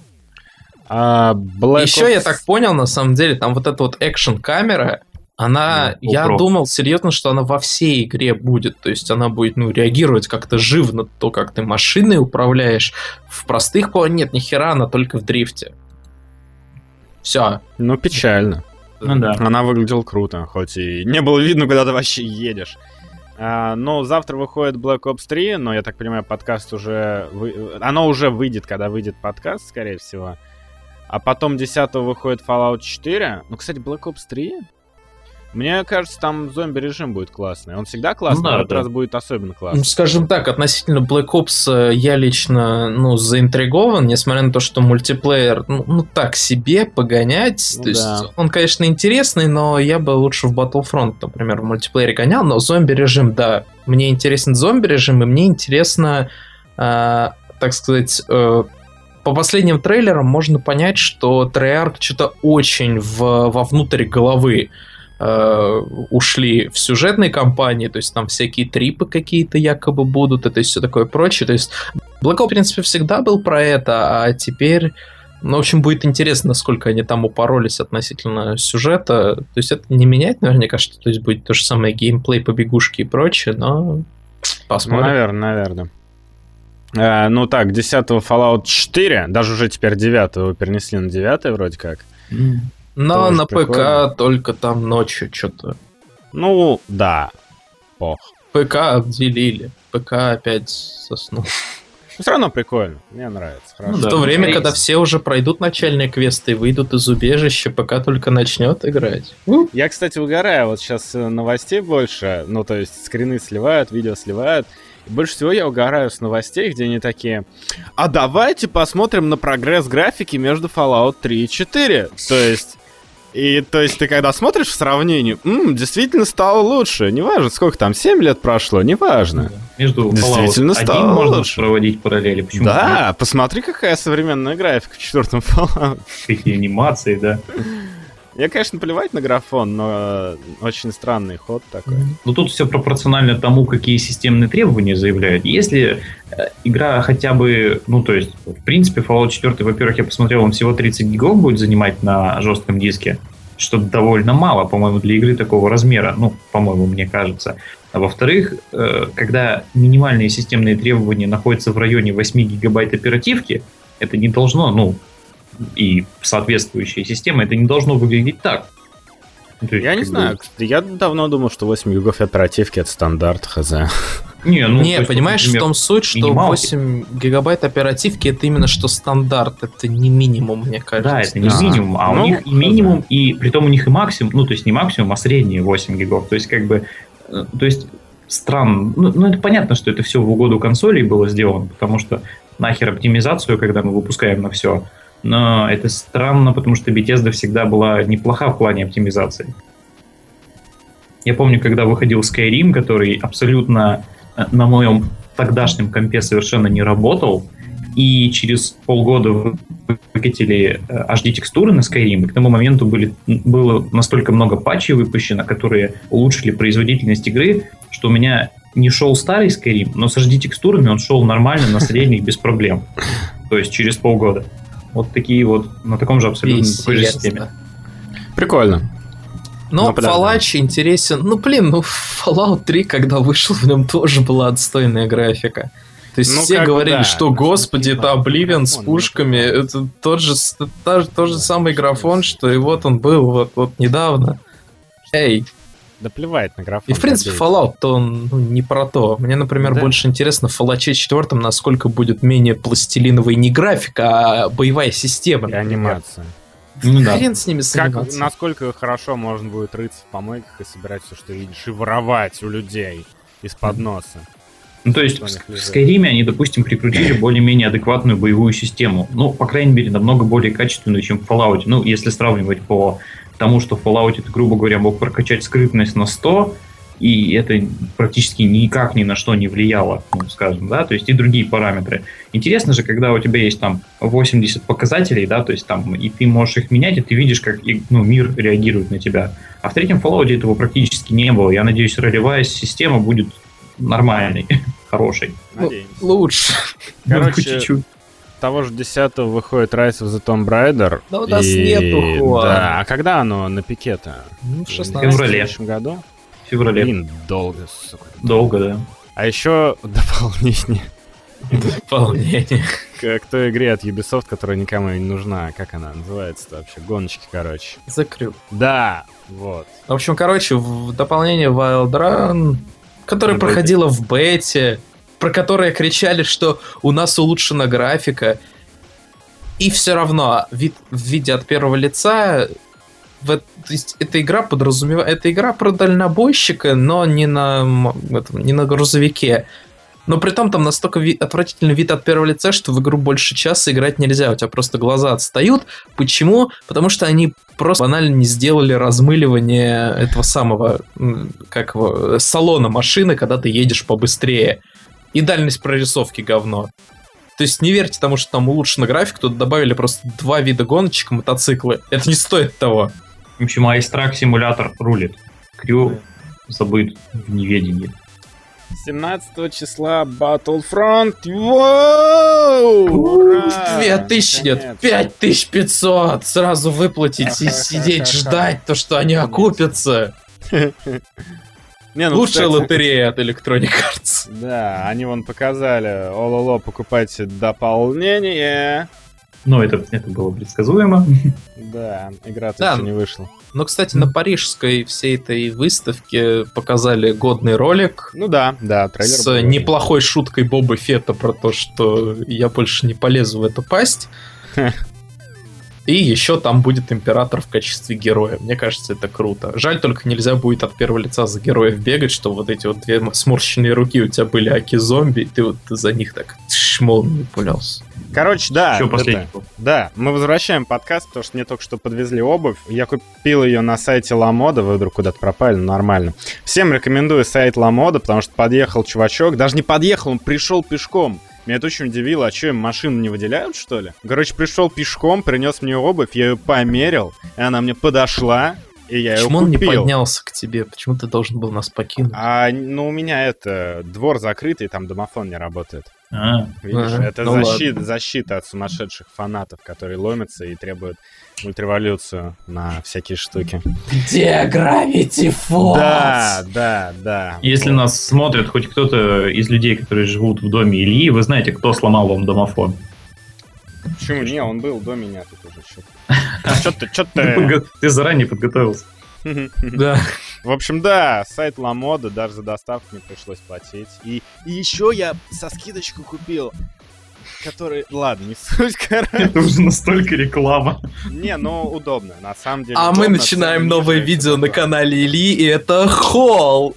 Еще я так понял, на самом деле, там вот эта вот экшн-камера, она, я думал серьезно, что она во всей игре будет, то есть она будет, ну, реагировать как-то живо на то, как ты машиной управляешь. В простых нет, ни хера, она только в дрифте. Все. Ну, печально. Ну да. Она выглядела круто, хоть и не было видно, куда ты вообще едешь. Но завтра выходит Black Ops 3, но, я так понимаю, подкаст уже... Оно уже выйдет, когда выйдет подкаст, скорее всего. А потом 10-го выходит Fallout 4. Ну, кстати, Black Ops 3... Мне кажется, там зомби-режим будет классный. Он всегда классный, ну, да, а в этот раз будет особенно классный. Ну, скажем так, относительно Black Ops я лично, ну, заинтригован, несмотря на то, что мультиплеер, ну так себе, погонять. Ну, то есть он, конечно, интересный, но я бы лучше в Battlefront, например, в мультиплеере гонял, но зомби-режим, да. Мне интересен зомби-режим, и мне интересно, так сказать... По последним трейлерам можно понять, что Treyarch что-то очень вовнутрь головы ушли в сюжетной кампании, то есть там всякие трипы какие-то якобы будут, это и все такое прочее. То есть Black Ops, в принципе, всегда был про это, а теперь, ну, в общем, будет интересно, насколько они там упоролись относительно сюжета. То есть это не меняет, наверняка, что то есть будет то же самое геймплей, побегушки и прочее, но посмотрим. Ну, наверное. Ну так, 10-го Fallout 4, даже уже теперь 9-го перенесли на 9-й вроде как. Но тоже на прикольно. ПК только там ночью что-то. Ну, да. Пох. ПК обделили. ПК опять заснул. Все равно прикольно. Мне нравится. Хорошо. В то время, когда все уже пройдут начальные квесты и выйдут из убежища, ПК только начнет играть. Я, кстати, угораю. Вот сейчас новостей больше. Ну, то есть скрины сливают, видео сливают. И больше всего я угораю с новостей, где они такие: а давайте посмотрим на прогресс графики между Fallout 3 и 4. То есть ты когда смотришь в сравнении, действительно стало лучше. Неважно, сколько там, 7 лет прошло, неважно. Да. Между действительно Fallout 1 стало можно лучше. проводить параллели. Почему? Да, нет? Посмотри, какая современная графика в 4-м Fallout. Какие анимации, да. Я, конечно, плевать на графон, но очень странный ход такой. Но тут все пропорционально тому, какие системные требования заявляют. Если игра хотя бы, ну, то есть, в принципе, Fallout 4, во-первых, я посмотрел, он всего 30 гигов будет занимать на жестком диске, что довольно мало, по-моему, для игры такого размера, ну, по-моему, мне кажется. А во-вторых, когда минимальные системные требования находятся в районе 8 гигабайт оперативки, это не должно, ну, и соответствующая система, это не должно выглядеть так. Есть, я не знаю, я давно думал, что 8 гигов оперативки это стандарт, хз. Не, понимаешь, например, в том суть, что минималки. 8 гигабайт оперативки это именно что стандарт, это не минимум, мне кажется. Да, это не минимум, а у них и минимум, и притом у них и максимум, ну то есть не максимум, а средние 8 гигов, то есть как бы, то есть странно, ну это понятно, что это все в угоду консолей было сделано, потому что нахер оптимизацию, когда мы выпускаем на все. Но это странно, потому что Bethesda всегда была неплоха в плане оптимизации. Я помню, когда выходил Skyrim, который абсолютно на моем тогдашнем компе совершенно не работал, и через полгода выкатили HD-текстуры на Skyrim, и к тому моменту было настолько много патчей выпущено, которые улучшили производительность игры, что у меня не шел старый Skyrim, но с HD-текстурами он шел нормально на средних без проблем. То есть через полгода. Вот такие вот, на таком же абсолютно такой же системе. Прикольно. Но Fallout интересен. Fallout 3, когда вышел, в нем тоже была отстойная графика. То есть все говорили, что, господи, это Oblivion с пушками, это тот же самый графон, что и вот он был вот недавно. Эй. Да плевать на графон. И, в принципе, Fallout-то он не про то. Мне, например, больше интересно в Fallout 4, насколько будет менее пластилиновая не графика, а боевая система. И анимация. Хрен с ними с анимацией. Насколько хорошо можно будет рыться в помойках и собирать все, что видишь, и воровать у людей из-под носа. Ну, то есть в Skyrim они, допустим, прикрутили более-менее адекватную боевую систему. Ну, по крайней мере, намного более качественную, чем в Fallout. Ну, если сравнивать по тому, что в Fallout ты, грубо говоря, мог прокачать скрытность на 100, и это практически никак ни на что не влияло, ну, скажем, да, то есть и другие параметры. Интересно же, когда у тебя есть там 80 показателей, да, то есть там, и ты можешь их менять, и ты видишь, как мир реагирует на тебя. А в третьем Fallout этого практически не было. Я надеюсь, ролевая система будет нормальной, хорошей. Надеемся. Лучше. Короче, чуть-чуть. того же 10-го выходит Rise of the Tomb Raider. Да у нас нету Хуан. Да, а когда оно на пике-то? Ну, в В 16 феврале. В следующем году? В феврале. Блин, долго, сука. Долго, да. А еще дополнение дополнение. к той игре от Ubisoft, которая никому не нужна. Как она называется-то вообще? Гоночки, короче. Закрыл. Да, вот. В общем, короче, в дополнение Wild Run, которое В проходило в бете, про которое кричали, что у нас улучшена графика, и все равно вид в виде от первого лица. То есть эта игра подразумевает... Это игра про дальнобойщика, но не на грузовике. Но при том там настолько отвратительный вид от первого лица, что в игру больше часа играть нельзя. У тебя просто глаза отстают. Почему? Потому что они просто банально не сделали размыливание этого самого, как его, салона машины, когда ты едешь побыстрее. И дальность прорисовки говно. То есть не верьте тому, что там улучшена графика, тут добавили просто 2 вида гоночек и мотоциклы. Это не стоит того. В общем, Айстрак симулятор рулит. Крю забыт в неведении. 17 числа Battlefront. Воу! Ура! 2000, нет, Наконец-то. 5500 сразу выплатить и сидеть ждать то, что они окупятся. Не, ну, Лучшая кстати, лотерея от Electronic Arts. Да, они вон показали, ололо, покупайте дополнение. Но это было предсказуемо. Да, игра-то Да. еще не вышла. Но, кстати, на парижской всей этой выставке показали годный ролик Ну да, трейлер с был. неплохой шуткой Боба Фетта про то, что я больше не полезу в эту пасть. И еще там будет император в качестве героя. Мне кажется, это круто. Жаль, только нельзя будет от первого лица за героев бегать, что вот эти вот 2 сморщенные руки у тебя были аки-зомби, и ты вот за них так молнией пулялся. Короче, да, Еще это- последний. да, мы возвращаем подкаст, потому что мне только что подвезли обувь. Я купил ее на сайте Ламода, вы вдруг куда-то пропали, ну, нормально. Всем рекомендую сайт Ламода, потому что подъехал чувачок, даже не подъехал, он пришел пешком. Меня это очень удивило, а что, им машину не выделяют, что ли? Короче, пришел пешком, принес мне обувь, я ее померил, и она мне подошла, и я ее Почему он не купил. поднялся к тебе? Почему ты должен был нас покинуть? Ну, у меня двор закрытый, там домофон не работает. Видишь, Ага, это ну защита от сумасшедших фанатов, которые ломятся и требуют мультреволюцию на всякие штуки. Где Gravity Falls? Да. Если Вот. нас смотрит хоть кто-то из людей, которые живут в доме Ильи, вы знаете, кто сломал вам домофон. Почему? Не, он был до меня тут уже. Чё-то... Ты заранее подготовился. Да. В общем, да, сайт Ламода, даже за доставку мне пришлось платить. И еще я со скидочку купил, который... Ладно, не суть, короче. Это уже настолько реклама. Не, ну удобно, на самом деле. А мы удобно, начинаем цены новое ниже, видео всё на такое. канале Ильи, и это холл.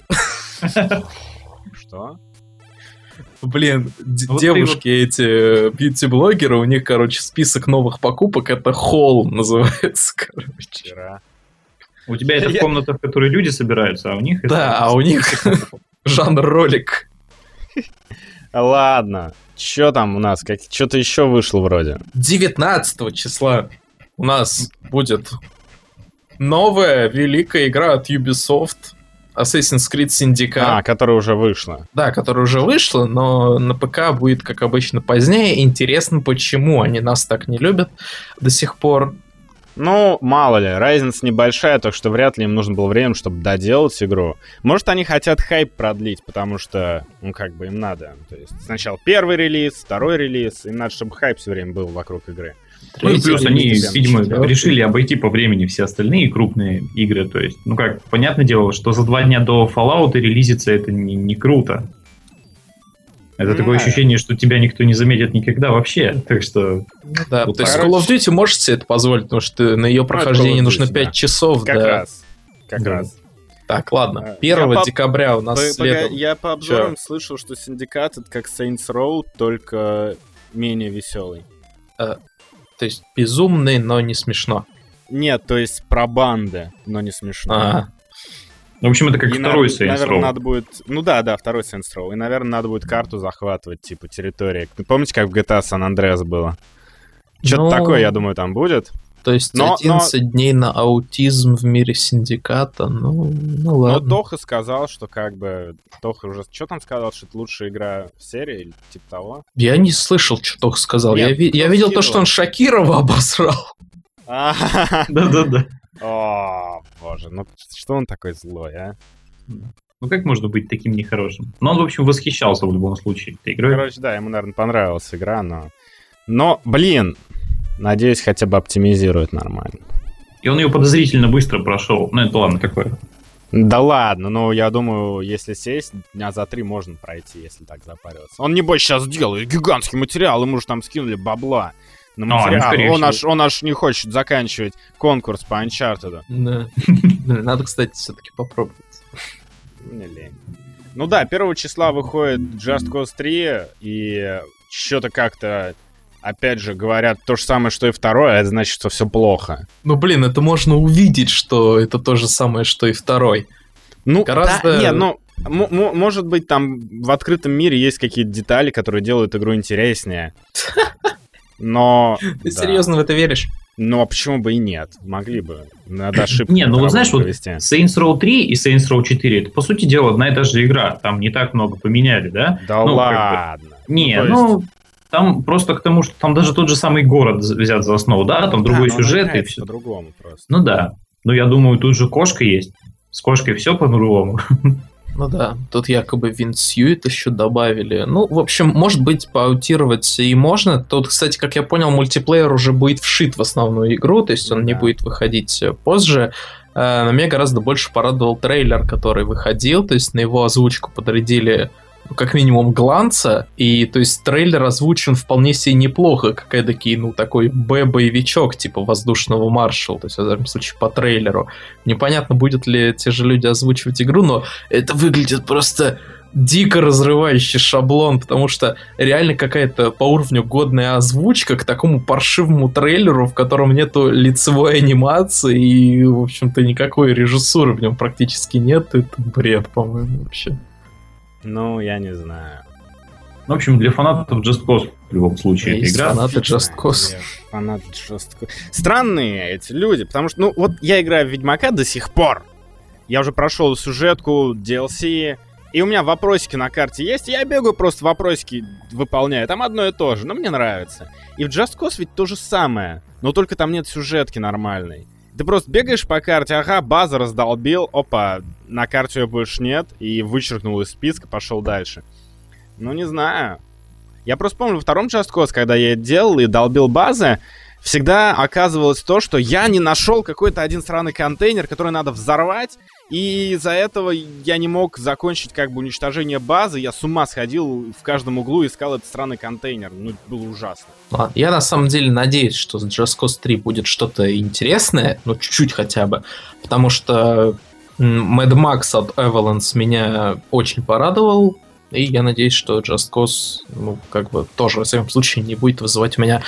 Что? Блин, Вот девушки эти бьюти-блогеры, у них, короче, список новых покупок, это холл называется, короче. Вчера. У тебя это в комнатах, в которые люди собираются, а у них... Да, а у них жанр ролик. Ладно, что там у нас? Что-то еще вышло вроде. 19 числа у нас будет новая великая игра от Ubisoft, Assassin's Creed Syndicate. Которая уже вышла. Да, которая уже вышла, но на ПК будет, как обычно, позднее. Интересно, почему они нас так не любят до сих пор. Ну, мало ли, разница небольшая, так что вряд ли им нужно было время, чтобы доделать игру. Может, они хотят хайп продлить, потому что, ну, как бы им надо. То есть сначала первый релиз, второй релиз, им надо, чтобы хайп все время был вокруг игры. Ну и плюс они, Третий, видимо, четвертый. решили обойти по времени все остальные крупные игры. То есть, ну как, понятное дело, что за 2 дня до Fallout релизится это не круто. Это такое Понимаю. ощущение, что тебя никто не заметит никогда вообще. Так что... Да, Вот то есть короче. Call of Duty можете себе это позволить, потому что на ее прохождение Call of нужно Duty, 5 да. часов. Как да. раз. Как Да. раз. Так, ладно. Я 1 по- декабря у нас следом. Я по обзорам слышал, что Синдикат это как Saints Row, только менее веселый. То есть безумный, но не смешно. Нет, то есть про банды, но не смешно. Ага. В общем, это как второй Saints наверное, Row. надо будет... Ну да, второй Saints Row. И, наверное, надо будет карту захватывать, типа, территории. Помните, как в GTA San Andreas было? Что-то такое, я думаю, там будет. То есть 11 дней на аутизм в мире Синдиката, ну ладно. Но Тоха сказал, что как бы... Тоха уже... Что там сказал, что это лучшая игра в серии или типа того? Я не слышал, что Тоха сказал. Нет, я видел то, что он Шакирова обосрал. Да-да-да. О, боже, ну что он такой злой, а? Ну как можно быть таким нехорошим? Но он, в общем, восхищался в любом случае этой игрой. Короче, да, ему, наверное, понравилась игра, но... Но, блин, надеюсь, хотя бы оптимизирует нормально. И он ее подозрительно быстро прошел. Ну это ладно, какое. Да ладно, ну я думаю, если сесть, дня за 3 можно пройти, если так запариваться. Он, небось, сейчас делает гигантский материал, ему же там скинули бабла на материал. Он аж не хочет заканчивать конкурс по Uncharted. Да. Надо, кстати, все-таки попробовать. Мне лень. Ну да, 1 числа выходит Just Cause 3, и что-то как-то, опять же, говорят то же самое, что и второе, а это значит, что все плохо. Ну, блин, это можно увидеть, что это то же самое, что и второй. Ну, гораздо... да, не, ну, может быть, там в открытом мире есть какие-то детали, которые делают игру интереснее. Но... Ты серьезно в это веришь? Ну, а почему бы и нет? Могли бы. Надо ошибку. Не, ну вот знаешь, вот провести. Saints Row 3 и Saints Row 4, это, по сути дела, одна и та же игра. Там не так много поменяли, да? Да ну, ладно. Как бы... Не, ну... Там просто к тому, что там даже тот же самый город взят за основу, да? Там другой сюжет и все. По-другому просто. Ну да. Ну я думаю, тут же кошка есть. С кошкой все по-другому. Ну да, тут якобы Винсьюит еще добавили. Ну, в общем, может быть, поаутировать и можно. Тут, кстати, как я понял, мультиплеер уже будет вшит в основную игру, то есть он не будет выходить позже. Но меня гораздо больше порадовал трейлер, который выходил, то есть на его озвучку подрядили как минимум гланца, и то есть трейлер озвучен вполне себе неплохо, как эдакий, ну, такой Б-боевичок, типа воздушного маршала, то есть, в данном случае, по трейлеру. Непонятно, будет ли те же люди озвучивать игру, но это выглядит просто дико разрывающий шаблон, потому что реально какая-то по уровню годная озвучка к такому паршивому трейлеру, в котором нету лицевой анимации и, в общем-то, никакой режиссуры в нем практически нет. Это бред, по-моему, вообще. Ну, я не знаю. В общем, для фанатов Just Cause в любом случае эта игра. Фанаты Just Cause. Фанаты Just Cause. Странные эти люди, потому что, ну, вот я играю в Ведьмака до сих пор. Я уже прошел сюжетку, DLC, и у меня вопросики на карте есть, и я бегаю просто вопросики выполняю. Там одно и то же, но мне нравится. И в Just Cause ведь то же самое, но только там нет сюжетки нормальной. Ты просто бегаешь по карте, ага, база раздолбил, опа, на карте ее больше нет, и вычеркнул из списка, пошел дальше. Ну, не знаю. Я просто помню, во втором Just Cause, когда я это делал и долбил базы, всегда оказывалось то, что я не нашел какой-то один сраный контейнер, который надо взорвать, и из-за этого я не мог закончить как бы уничтожение базы, я с ума сходил, в каждом углу искал этот сраный контейнер. Ну, это было ужасно. Ладно, я на самом деле надеюсь, что с Just Cause 3 будет что-то интересное, ну, чуть-чуть хотя бы, потому что Mad Max от Avalanche меня очень порадовал, и я надеюсь, что Just Cause, ну, как бы тоже, в всяком случае, не будет вызывать у меня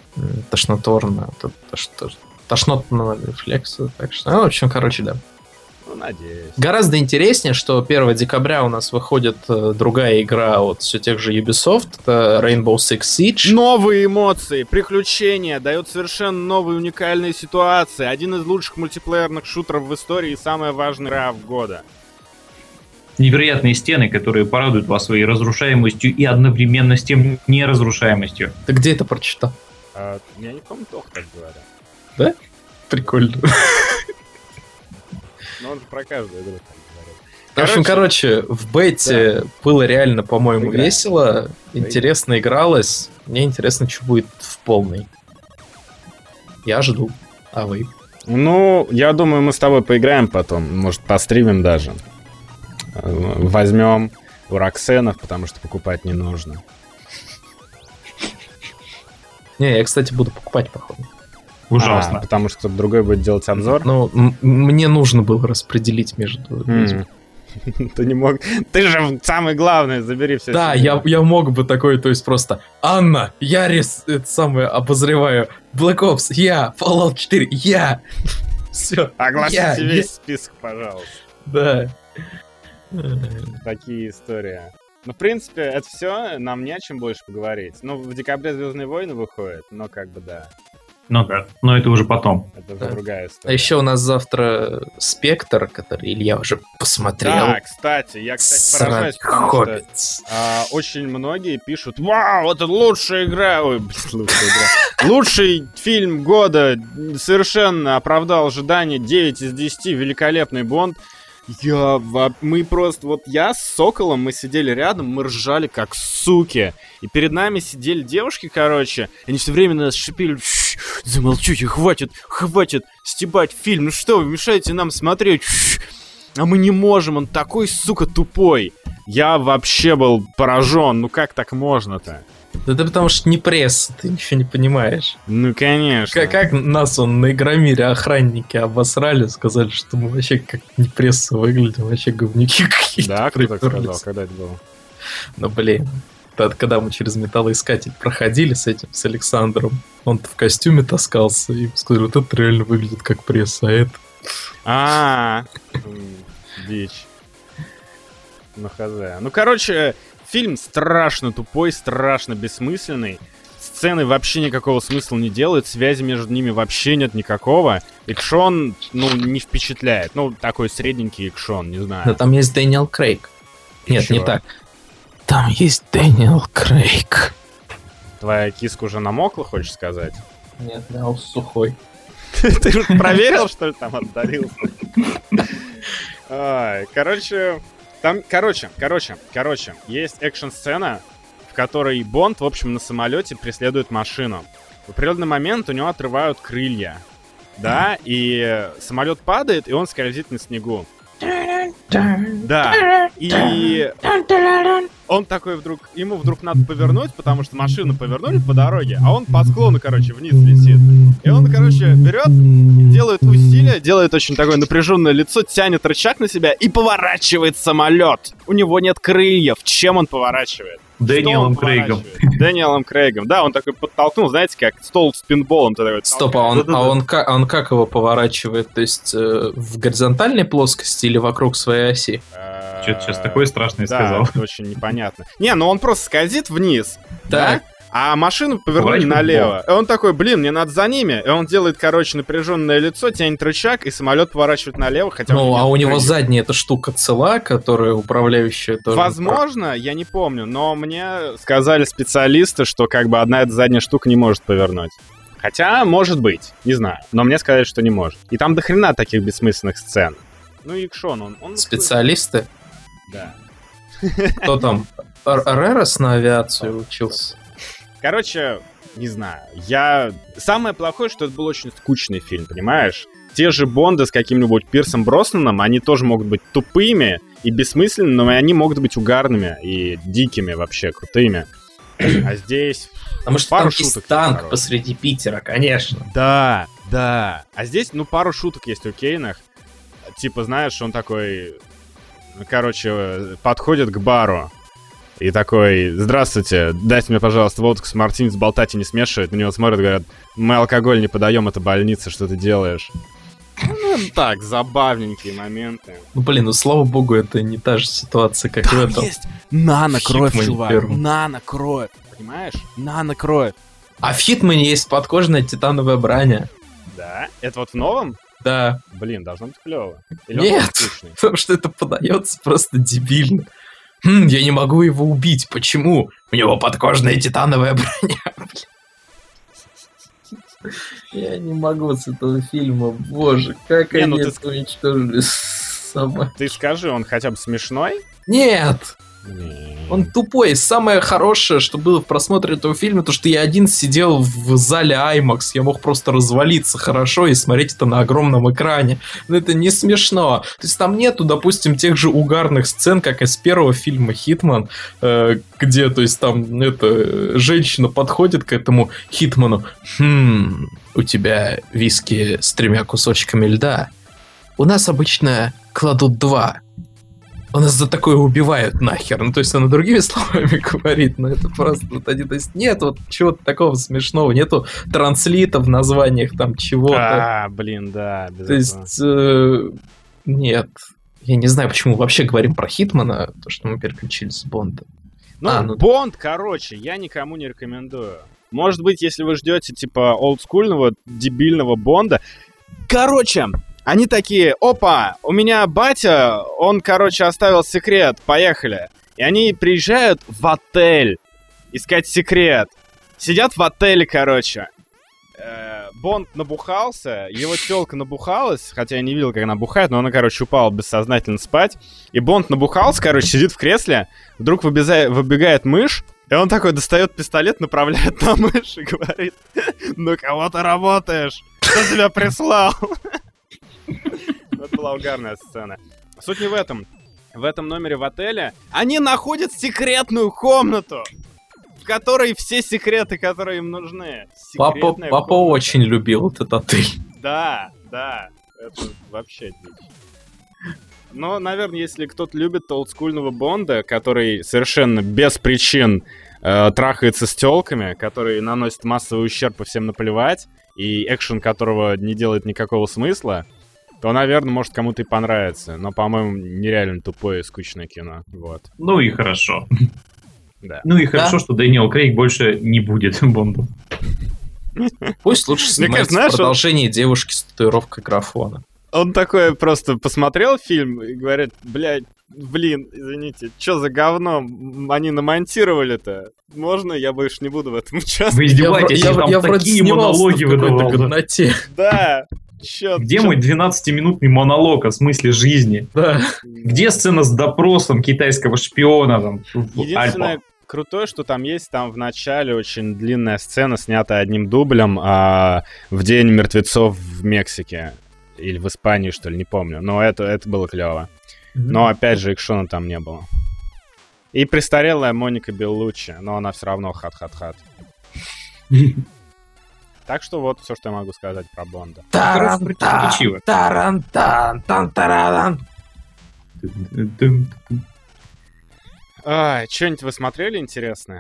тошнотворно, тошнотного рефлекса, так что, ну, в общем, короче, да. Ну, надеюсь. Гораздо интереснее, что 1 декабря у нас выходит другая игра от все тех же Ubisoft, это Rainbow Six Siege. Новые эмоции, приключения, дает совершенно новые уникальные ситуации. Один из лучших мультиплеерных шутеров в истории и самая важная игра года. Невероятные стены, которые порадуют вас своей разрушаемостью и одновременно с тем неразрушаемостью. Ты где это прочитал? Я не помню, кто так говорят. Да? Прикольно. Но он же про каждую игру так говорит. В общем, короче, в бете было реально, по-моему, весело. Интересно игралось. Мне интересно, что будет в полной. Я жду. А вы? Ну, я думаю, мы с тобой поиграем потом. Может, постримим даже. Возьмем у Роксенов, потому что покупать не нужно. Не, я, кстати, буду покупать, походу. Ужасно. Потому что кто-то другой будет делать обзор? Ну, мне нужно было распределить между... Ты не мог... Ты же самый главный, забери все. Да, я мог бы такой, то есть просто... Анна, я это самое обозреваю. Black Ops, я. Fallout 4, я. Все. Огласите весь список, пожалуйста. Да. Такие истории. Ну, в принципе, это все. Нам не о чем больше поговорить. Ну, в декабре «Звездные войны» выходят, но как бы да. Ну да, но это уже потом. Это уже Да. другая история. А еще у нас завтра «Спектр», который Илья уже посмотрел. Да, кстати, я, поражаюсь, потому Хоббит. что очень многие пишут: «Вау, это лучшая игра!» Ой, блин, лучшая игра. Лучший фильм года, совершенно оправдал ожидания, 9 из 10, великолепный Бонд. Мы просто, вот я с Соколом, мы сидели рядом, мы ржали как суки. И перед нами сидели девушки, короче, они все время на нас шипели: замолчите, хватит стебать фильм, ну что вы мешаете нам смотреть? А мы не можем, он такой, сука, тупой. Я вообще был поражен, ну как так можно-то? Да это потому что не пресса, ты ничего не понимаешь. Ну, конечно. Как нас на Игромире охранники обосрали, сказали, что мы вообще как не пресса выглядим, вообще говнюки какие-то. Да, кто так приперлись. сказал? Когда это было? Ну, блин, это когда мы через металлоискатель проходили с Александром, он-то в костюме таскался, и сказали, вот это реально выглядит как пресса, а это... Дичь. Ну, хз. Ну, короче, фильм страшно тупой, страшно бессмысленный. Сцены вообще никакого смысла не делают, связи между ними вообще нет никакого. Экшон, ну, не впечатляет. Ну, такой средненький экшон, не знаю. Но там есть Дэниел Крейг. Нет, Чего? не так. Там есть Дэниел Крейг. Твоя киска уже намокла, хочешь сказать? Нет, я сухой. Ты же проверил, что ли, там отдалился? Короче, там, короче, есть экшн-сцена, в которой Бонд, в общем, на самолете преследует машину. В определенный момент у него отрывают крылья, да, и самолет падает, и он скользит на снегу. Да, и он такой ему вдруг надо повернуть, потому что машину повернули по дороге, а он по склону, короче, вниз летит. И он, короче, берет, делает усилие, делает очень такое напряженное лицо, тянет рычаг на себя и поворачивает самолет. У него нет крыльев. Чем он поворачивает? Дэниелом Крейгом. Дэниелом Крейгом. Да, он такой подтолкнул, знаете, как стол с пинболом. Стоп, а он как его поворачивает? То есть в горизонтальной плоскости или вокруг своей оси? Что-то сейчас такое страшное сказал. Да, это очень непонятно. Не, ну он просто скользит вниз, да? Так. А машину повернули налево. И он такой, блин, мне надо за ними. И он делает, короче, напряженное лицо, тянет рычаг, и самолет поворачивает налево. Хотя ну, а у него задняя эта штука цела, которая управляющая тоже. Возможно, я не помню, но мне сказали специалисты, что как бы одна эта задняя штука не может повернуть. Хотя, может быть, не знаю. Но мне сказали, что не может. И там дохрена таких бессмысленных сцен. Ну и Экшон, он... Специалисты? Да. Кто там? Рерос на авиацию учился? Короче, не знаю. Самое плохое, что это был очень скучный фильм, понимаешь? Те же Бонды с каким-нибудь Пирсом Броснаном, они тоже могут быть тупыми и бессмысленными, но они могут быть угарными и дикими вообще, крутыми. А здесь... Потому что там есть танк посреди Питера, конечно. Да. А здесь, пару шуток есть окейных. Типа, знаешь, он такой... Короче, подходит к бару. И такой: здравствуйте, дайте мне, пожалуйста, водку с мартини, болтать и не смешивать. На него смотрят, говорят: мы алкоголь не подаем, это больница, что ты делаешь? Ну, так, забавненькие моменты. Ну, блин, слава богу, это не та же ситуация, как в этом. Есть нано-кровь, чувак, нано-кровь, понимаешь? Нано-кровь. А в Хитмане есть подкожная титановая броня. Да? Это вот в новом? Да. Блин, должно быть клево. Или нет, потому что это подается просто дебильно. Я не могу его убить. Почему? У него подкожная титановая броня. Я не могу с этого фильма. Боже, как они это уничтожили сама. Ты скажи, он хотя бы смешной? Нет. Он тупой. Самое хорошее, что было в просмотре этого фильма, то, что я один сидел в зале IMAX. Я мог просто развалиться хорошо и смотреть это на огромном экране. Но это не смешно. То есть там нету, допустим, тех же угарных сцен, как из первого фильма «Хитман», где, то есть там женщина подходит к этому Хитману. У тебя виски с 3 кусочками льда. У нас обычно кладут 2. У нас за такое убивают нахер. Ну, то есть она другими словами говорит, но это просто вот они, то есть нет вот чего-то такого смешного, нету транслита в названиях там чего-то. Блин, да. То есть нет. Я не знаю, почему мы вообще говорим про Хитмана, то, что мы переключились с Бонда. Бонд, короче, я никому не рекомендую. Может быть, если вы ждете, типа, олдскульного, дебильного Бонда. Короче, они такие, опа, у меня батя, он, короче, оставил секрет, поехали. И они приезжают в отель искать секрет. Сидят в отеле, короче. Бонд набухался, его тёлка набухалась, хотя я не видел, как она бухает, но она, короче, упала бессознательно спать. И Бонд набухался, короче, сидит в кресле, вдруг выбегает мышь, и он такой достает пистолет, направляет на мышь и говорит: «Ну кого ты работаешь? Кто тебя прислал?» Это была угарная сцена. Суть не в этом. В этом номере в отеле они находят секретную комнату, в которой все секреты, которые им нужны. Папа очень любил этот отель. Да, это вообще дичь. Но, наверное, если кто-то любит олдскульного Бонда, который совершенно без причин трахается с тёлками, который наносит массовый ущерб и всем наплевать, и экшен которого не делает никакого смысла, то, наверное, может кому-то и понравится. Но, по-моему, нереально тупое и скучное кино. Вот. Ну и хорошо. Да. Ну и хорошо, что Дэниел Крейг больше не будет Бондом. Пусть лучше снимается продолжение девушки с татуировкой графона. Он такой просто посмотрел фильм и говорит: блин, извините, что за говно они намонтировали-то? Можно я больше не буду в этом участвовать? Вы издеваетесь, я вроде такие монологи выдавал. Да. Где мой 12-минутный монолог о смысле жизни? Да. Где сцена с допросом китайского шпиона? Там, единственное крутое, что там есть, там в начале очень длинная сцена, снятая одним дублем в День мертвецов в Мексике. Или в Испании, что ли, не помню. Но это было клево. Но, опять же, экшона там не было. И престарелая Моника Беллуччи, но она все равно хат-хат-хат. Так что вот все, что я могу сказать про Бонда. Тарантан. Что-нибудь вы смотрели интересное?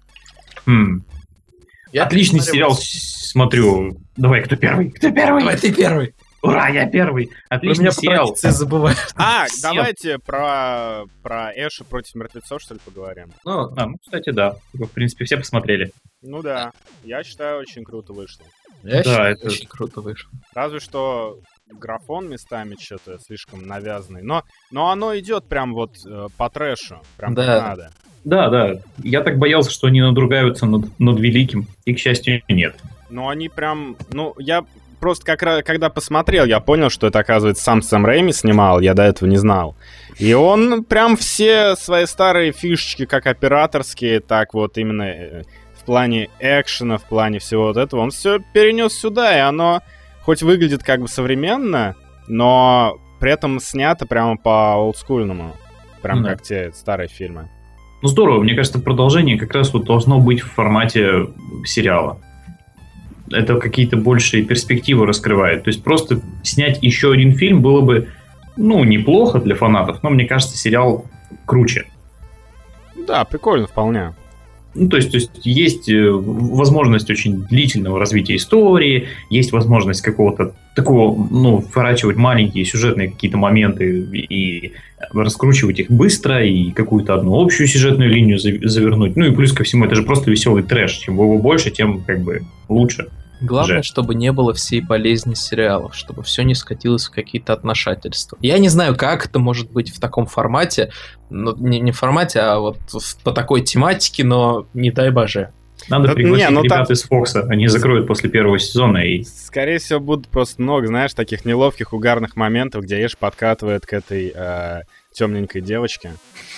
Отличный сериал смотрю. Давай, кто первый? Давай, ты первый. Ура, я первый. Отличный сериал. Забывают. Давайте про Эша против мертвецов, что ли, поговорим. Кстати, да. В принципе, все посмотрели. Ну да, я считаю, очень круто вышло. Очень круто вышло. Разве что графон местами что-то слишком навязанный. Но оно идет прям вот по трэшу. Прям как надо. Да. Я так боялся, что они надругаются над великим. И, к счастью, нет. Ну, они прям... я просто когда посмотрел, я понял, что это, оказывается, сам Сэм Рэйми снимал. Я до этого не знал. И он прям все свои старые фишечки, как операторские, так вот именно... в плане экшена, в плане всего вот этого, он все перенес сюда, и оно хоть выглядит как бы современно, но при этом снято прямо по олдскульному, прям как те старые фильмы. Ну здорово, мне кажется, продолжение как раз вот должно быть в формате сериала. Это какие-то большие перспективы раскрывает. То есть просто снять еще один фильм было бы, неплохо для фанатов, но мне кажется, сериал круче. Да, прикольно вполне. То есть возможность очень длительного развития истории, есть возможность какого-то такого, вворачивать маленькие сюжетные какие-то моменты и раскручивать их быстро, и какую-то одну общую сюжетную линию завернуть. Ну и плюс ко всему, это же просто веселый трэш. Чем его больше, тем как бы лучше. Главное, чтобы не было всей болезни сериалов, чтобы все не скатилось в какие-то отношательства. Я не знаю, как это может быть в таком формате, не в формате, а вот по такой тематике, но не дай боже. Надо пригласить ребят из Фокса, они закроют после первого сезона и... Скорее всего, будут просто много, знаешь, таких неловких, угарных моментов, где Эш подкатывает к этой темненькой девочке.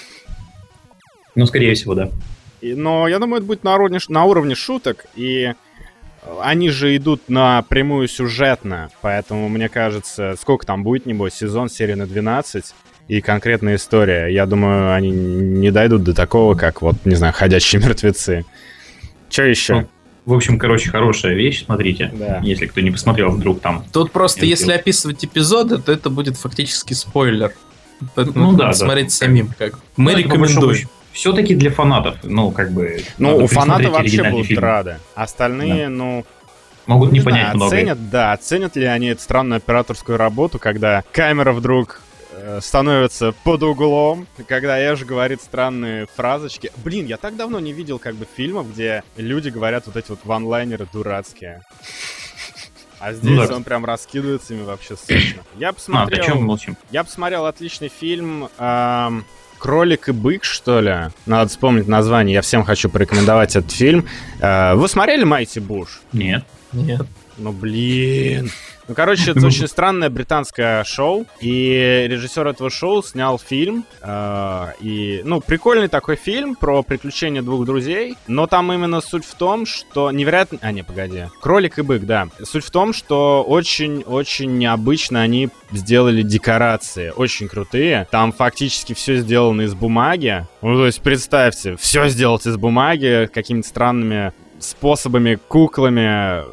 Скорее всего, да. Но я думаю, это будет на уровне шуток, и... Они же идут напрямую сюжетно, поэтому, мне кажется, сколько там будет, небось, сезон, серия на 12 и конкретная история. Я думаю, они не дойдут до такого, как, не знаю, «Ходячие мертвецы». Че еще? В общем, хорошая вещь, смотрите, если кто не посмотрел вдруг там. Тут просто, если описывать эпизоды, то это будет фактически спойлер. Поэтому надо смотреть самим. Мы рекомендуем. Все-таки для фанатов, у фанатов вообще будут рады. Остальные, могут не понять много. Оценят ли они эту странную операторскую работу, когда камера вдруг становится под углом, когда Эш говорит странные фразочки. Блин, я так давно не видел как бы фильмов, где люди говорят вот эти вот ванлайнеры дурацкие. А здесь он прям раскидывается ими вообще сочно. Я посмотрел... о чем мы молчим? Я посмотрел отличный фильм... «Кролик и бык», что ли? Надо вспомнить название. Я всем хочу порекомендовать этот фильм. Вы смотрели «Майти Буш»? Нет. Нет. Ну, блин. Ну, короче, это очень странное британское шоу, и режиссер этого шоу снял фильм, прикольный такой фильм про приключения двух друзей, но там именно суть в том, что невероятно... «Кролик и бык», да. Суть в том, что очень-очень необычно они сделали декорации, очень крутые. Там фактически все сделано из бумаги. Ну, то есть, представьте, все сделать из бумаги, какими-то странными способами, куклами...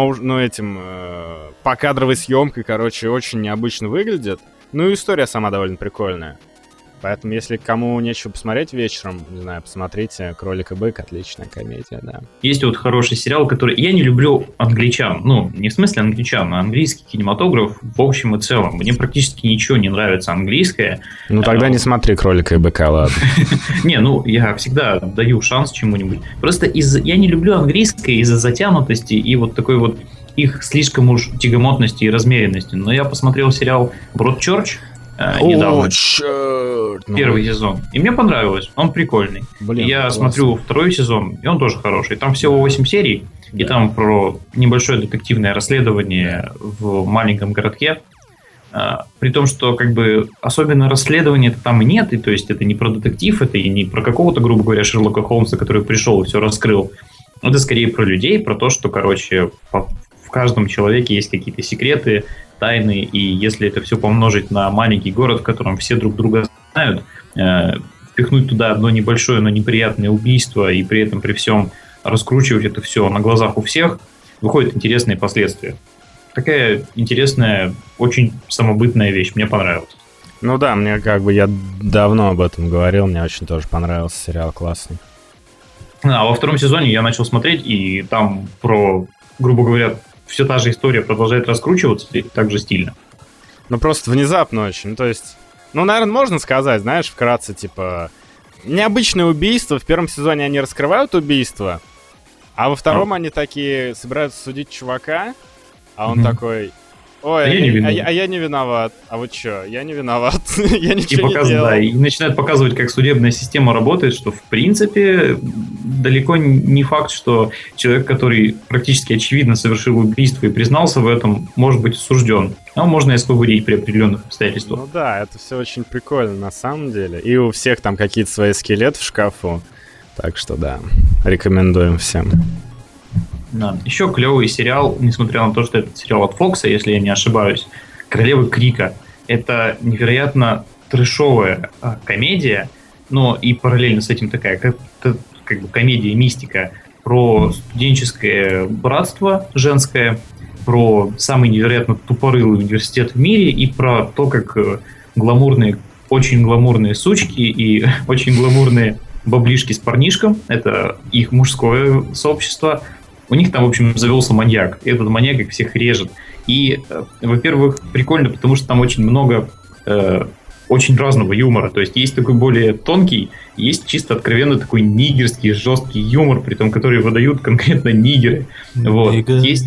покадровой съемкой, короче, очень необычно выглядит. Ну и история сама довольно прикольная. Поэтому, если кому нечего посмотреть вечером, не знаю, посмотрите «Кролик и бык», отличная комедия, да. Есть вот хороший сериал, который... Я не люблю англичан, не в смысле англичан, а английский кинематограф в общем и целом. Мне практически ничего не нравится английское. Ну тогда не смотри «Кролика и быка», ладно. Я всегда даю шанс чему-нибудь. Просто я не люблю английское из-за затянутости и вот такой вот их слишком уж тягомотности и размеренности. Но я посмотрел сериал «Бродчерч» недавно. Первый сезон. И мне понравилось. Он прикольный. Я смотрю второй сезон, и он тоже хороший. Там всего 8 серий, и там про небольшое детективное расследование в маленьком городке. При том, что как бы особенно расследования там и нет, и то есть это не про детектив, это и не про какого-то, грубо говоря, Шерлока Холмса, который пришел и все раскрыл. Это скорее про людей, про то, что, короче, в каждом человеке есть какие-то секреты, тайны, и если это все помножить на маленький город, в котором все друг друга знают, впихнуть туда одно небольшое, но неприятное убийство, и при этом при всем раскручивать это все на глазах у всех, выходят интересные последствия. Такая интересная, очень самобытная вещь, мне понравилась. Ну да, я давно об этом говорил, мне очень тоже понравился сериал, классный. А во втором сезоне я начал смотреть, и там про, грубо говоря, все та же история продолжает раскручиваться, и так же стильно. Ну, просто внезапно очень. То есть, наверное, можно сказать, знаешь, вкратце, типа, необычное убийство. В первом сезоне они раскрывают убийство, а во втором они такие собираются судить чувака, а он такой... Ой, я не виноват. А вы чё? Я не виноват. Я ничего не делал. Да, и начинают показывать, как судебная система работает, что, в принципе, далеко не факт, что человек, который практически очевидно совершил убийство и признался в этом, может быть осужден. А можно и освободить при определенных обстоятельствах. Ну да, это все очень прикольно на самом деле. И у всех там какие-то свои скелеты в шкафу. Так что да, рекомендуем всем. Да. Еще клевый сериал, несмотря на то, что это сериал от Фокса, если я не ошибаюсь, «Королевы Крика». Это невероятно трэшовая комедия, но и параллельно с этим такая как бы комедия-мистика про студенческое братство женское, про самый невероятно тупорылый университет в мире и про то, как очень гламурные сучки и очень гламурные баблишки с парнишком, это их мужское сообщество, у них там, в общем, завелся маньяк. И этот маньяк их всех режет. И, во-первых, прикольно, потому что там очень много очень разного юмора. То есть есть такой более тонкий, есть чисто откровенно такой нигерский, жесткий юмор, при том, который выдают конкретно нигеры. Вот. Есть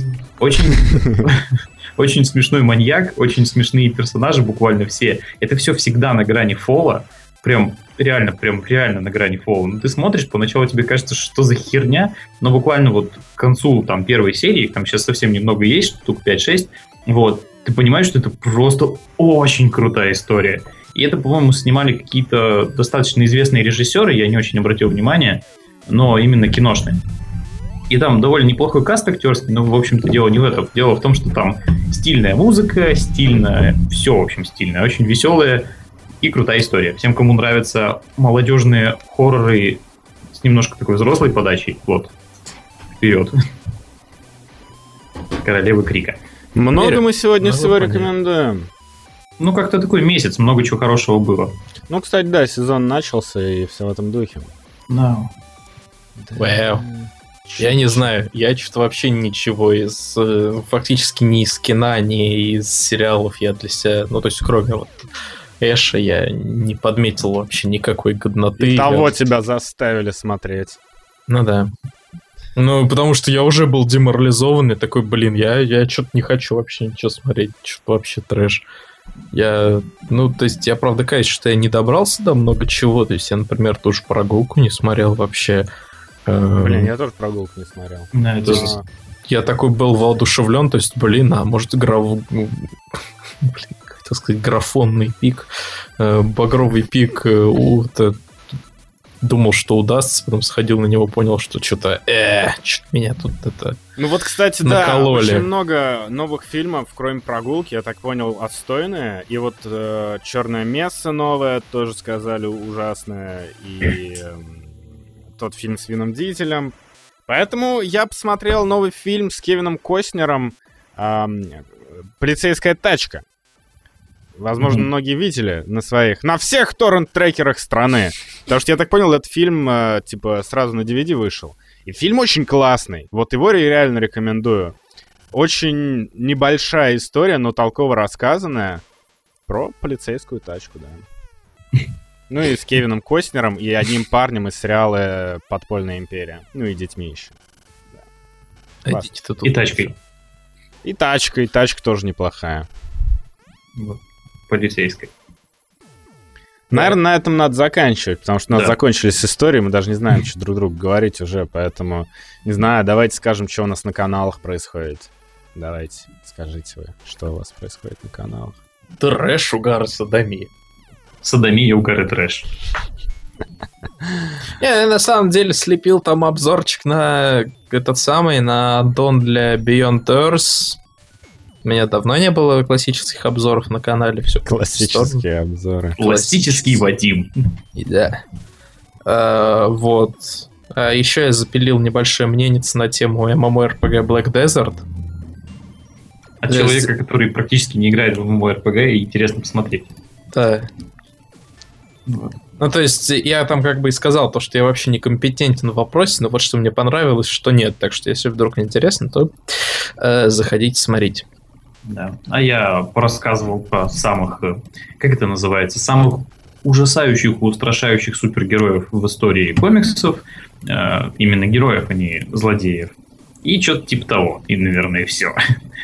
очень смешной маньяк, очень смешные персонажи, буквально все. Это все всегда на грани фола. Прям реально на грани фола. Ну, ты смотришь, поначалу тебе кажется, что за херня, но буквально вот к концу там первой серии, там сейчас совсем немного есть, штук 5-6, вот, ты понимаешь, что это просто очень крутая история. И это, по-моему, снимали какие-то достаточно известные режиссеры, я не очень обратил внимания, но именно киношные. И там довольно неплохой каст актерский, но, в общем-то, дело не в этом. Дело в том, что там стильная музыка, стильная, все, в общем, стильное, очень веселое, и крутая история. Всем, кому нравятся молодежные хорроры с немножко такой взрослой подачей, вот, вперед. «Королевы Крика». Много мы сегодня всего рекомендуем. Ну, как-то такой месяц, много чего хорошего было. Ну, кстати, да, сезон начался, и все в этом духе. No. Wow. Я не знаю, я что-то вообще ничего фактически ни из кино, ни из сериалов я для себя, ну, то есть кроме вот Эша я не подметил вообще никакой годноты. И того тебя заставили смотреть. Ну да. Ну, потому что я уже был деморализованный, такой, блин, я что-то не хочу вообще ничего смотреть, что-то вообще трэш. То есть я правда каюсь, что я не добрался до много чего, то есть я, например, тоже «Прогулку» не смотрел вообще. Блин, я тоже «Прогулку» не смотрел. Да, это Я такой был воодушевлен, то есть, может, хотел сказать, графонный пик, багровый пик, думал, что удастся, потом сходил на него, понял, что что-то меня тут это Ну вот, кстати, накололи. Да, очень много новых фильмов, кроме «Прогулки», я так понял, отстойные. И вот «Черная месса» новая, тоже сказали, ужасная. И тот фильм с Вином Дизелем. Поэтому я посмотрел новый фильм с Кевином Костнером «Полицейская тачка». Возможно, многие видели на всех торрент-трекерах страны. Потому что, я так понял, этот фильм, сразу на DVD вышел. И фильм очень классный. Вот его реально рекомендую. Очень небольшая история, но толково рассказанная про полицейскую тачку, да. Ну и с Кевином Костнером и одним парнем из сериала «Подпольная империя». Ну и детьми еще. Да. И тачкой. И тачка тоже неплохая. Полицейской. Наверное, на этом надо заканчивать, потому что у нас закончились истории, мы даже не знаем, что друг другу говорить уже, поэтому, не знаю, давайте скажем, что у нас на каналах происходит. Давайте, скажите вы, что у вас происходит на каналах. Трэш, угар, садомия. Садомия, угар и трэш. Я на самом деле слепил там обзорчик на на аддон для Beyond Earth. У меня давно не было классических обзоров на канале. Все классические обзоры. Классический Вадим. Да. Вот. Еще я запилил небольшое мнение на тему MMORPG Black Desert. От человека, который практически не играет в MMORPG, и интересно посмотреть. Да. Ну, то есть, я там как бы и сказал, то, что я вообще некомпетентен в вопросе, но вот что мне понравилось, что нет. Так что, если вдруг интересно, то заходите смотреть. Да. А я порассказывал про самых, как это называется, самых ужасающих, устрашающих супергероев в истории комиксов. Именно героев, а не злодеев. И что-то типа того. И, наверное, все.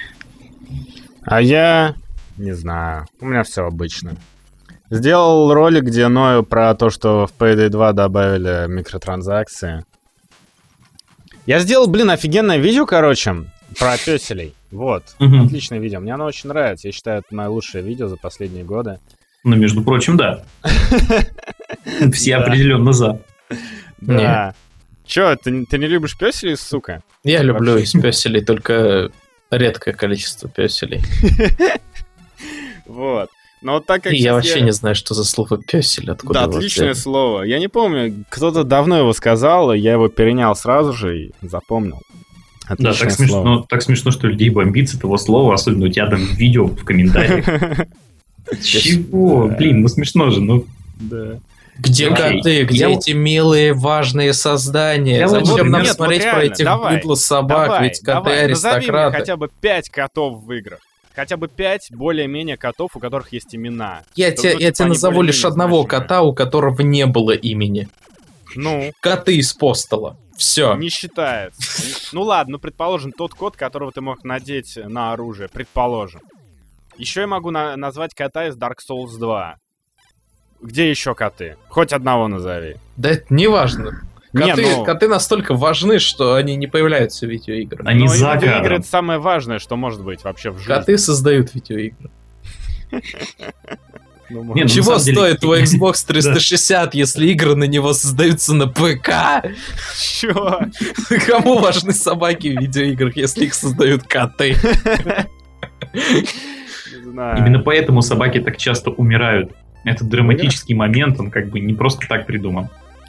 А я не знаю. У меня все обычно. Сделал ролик, где ною про то, что в Payday 2 добавили микротранзакции. Я сделал, офигенное видео, короче, про пёселей. Вот. Отличное видео. Мне оно очень нравится. Я считаю, это мое лучшее видео за последние годы. Ну, между прочим, да. Все определенно за. Да. Чё, ты не любишь пёселей, сука? Я люблю из пёселей, только редкое количество пёселей. Вот. Но вот так как я вообще не знаю, что за слово «пёсель», откуда. Да, отличное слово. Я не помню, кто-то давно его сказал, и я его перенял сразу же и запомнил. Да, так смешно, что людей бомбит с этого слова, особенно у тебя там видео в комментариях. Чего? Блин, смешно же, Да. Где коты? Где эти милые, важные создания? Зачем нам смотреть про этих быдло собак? Ведь коты аристократы. Назови мне хотя бы 5 котов в играх. Хотя бы 5 более-менее котов, у которых есть имена. Я тебе назову лишь одного кота, у которого не было имени. Ну? Коты из Постала. Все. Не считается. Ну ладно, предположим, тот кот, которого ты мог надеть на оружие. Предположим. Еще я могу назвать кота из Dark Souls 2. Где еще коты? Хоть одного назови. Да это не важно. Коты настолько важны, что они не появляются в видеоиграх. Они за кадром. Видеоигры — это самое важное, что может быть вообще в жизни. Коты создают видеоигры. Нет, чего стоит твой Xbox 360, если игры на него создаются на ПК? Чё? Кому важны собаки в видеоиграх, если их создают коты? Именно поэтому собаки так часто умирают. Этот драматический момент, он как бы не просто так придуман.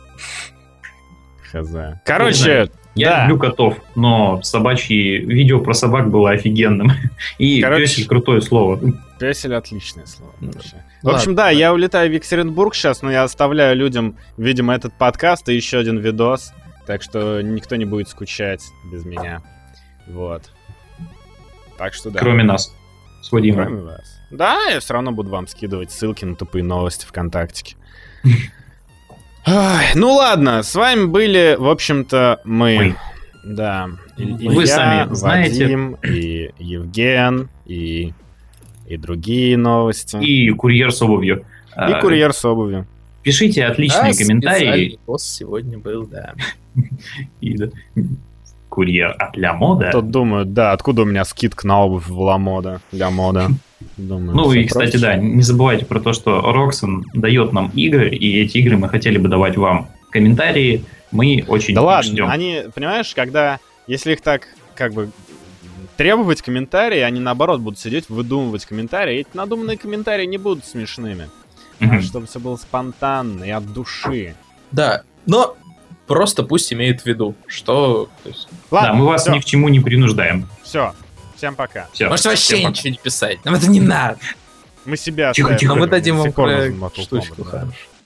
Хз. Короче, я люблю котов, но видео про собак было офигенным. И пёсель — крутое слово. Пёсель — отличное слово. В общем, да, я улетаю в Екатеринбург сейчас, но я оставляю людям, видимо, этот подкаст и еще один видос. Так что никто не будет скучать без меня. Вот. Так что да. Кроме нас. Сводим. Кроме вас. Да, я все равно буду вам скидывать ссылки на тупые новости ВКонтактике. Ай, ну ладно, с вами были, в общем-то, мы. Да. Вы сами знаете. Вадим, и Евген, и другие новости. И курьер с обувью. И курьер с обувью. Пишите отличные комментарии. Специальный пост сегодня был, да. И, да, курьер от Ля Мода. Тут думают, да, откуда у меня скидка на обувь в Ла Мода, Ля Мода. Думаю, Ну всё и, кстати, проще. да, не забывайте про то, что Roxanne дает нам игры, и эти игры мы хотели бы давать вам. Комментарии мы очень Да ладно, ждем. они, понимаешь, если их так, как бы, требовать комментарии, они, наоборот, будут сидеть, выдумывать комментарии, и эти надуманные комментарии не будут смешными. Мгм. Чтобы все было спонтанно и от души. Да, но просто пусть имеют в виду, что... то есть, Да, мы вас ни к чему не принуждаем. Все, всем пока. Все. может вообще ничего не писать, нам это не надо. Мы себя Тихо, оставим. тихо. Но мы дадим вам Сикор про назовем от штучку Улкома, да. хорошую.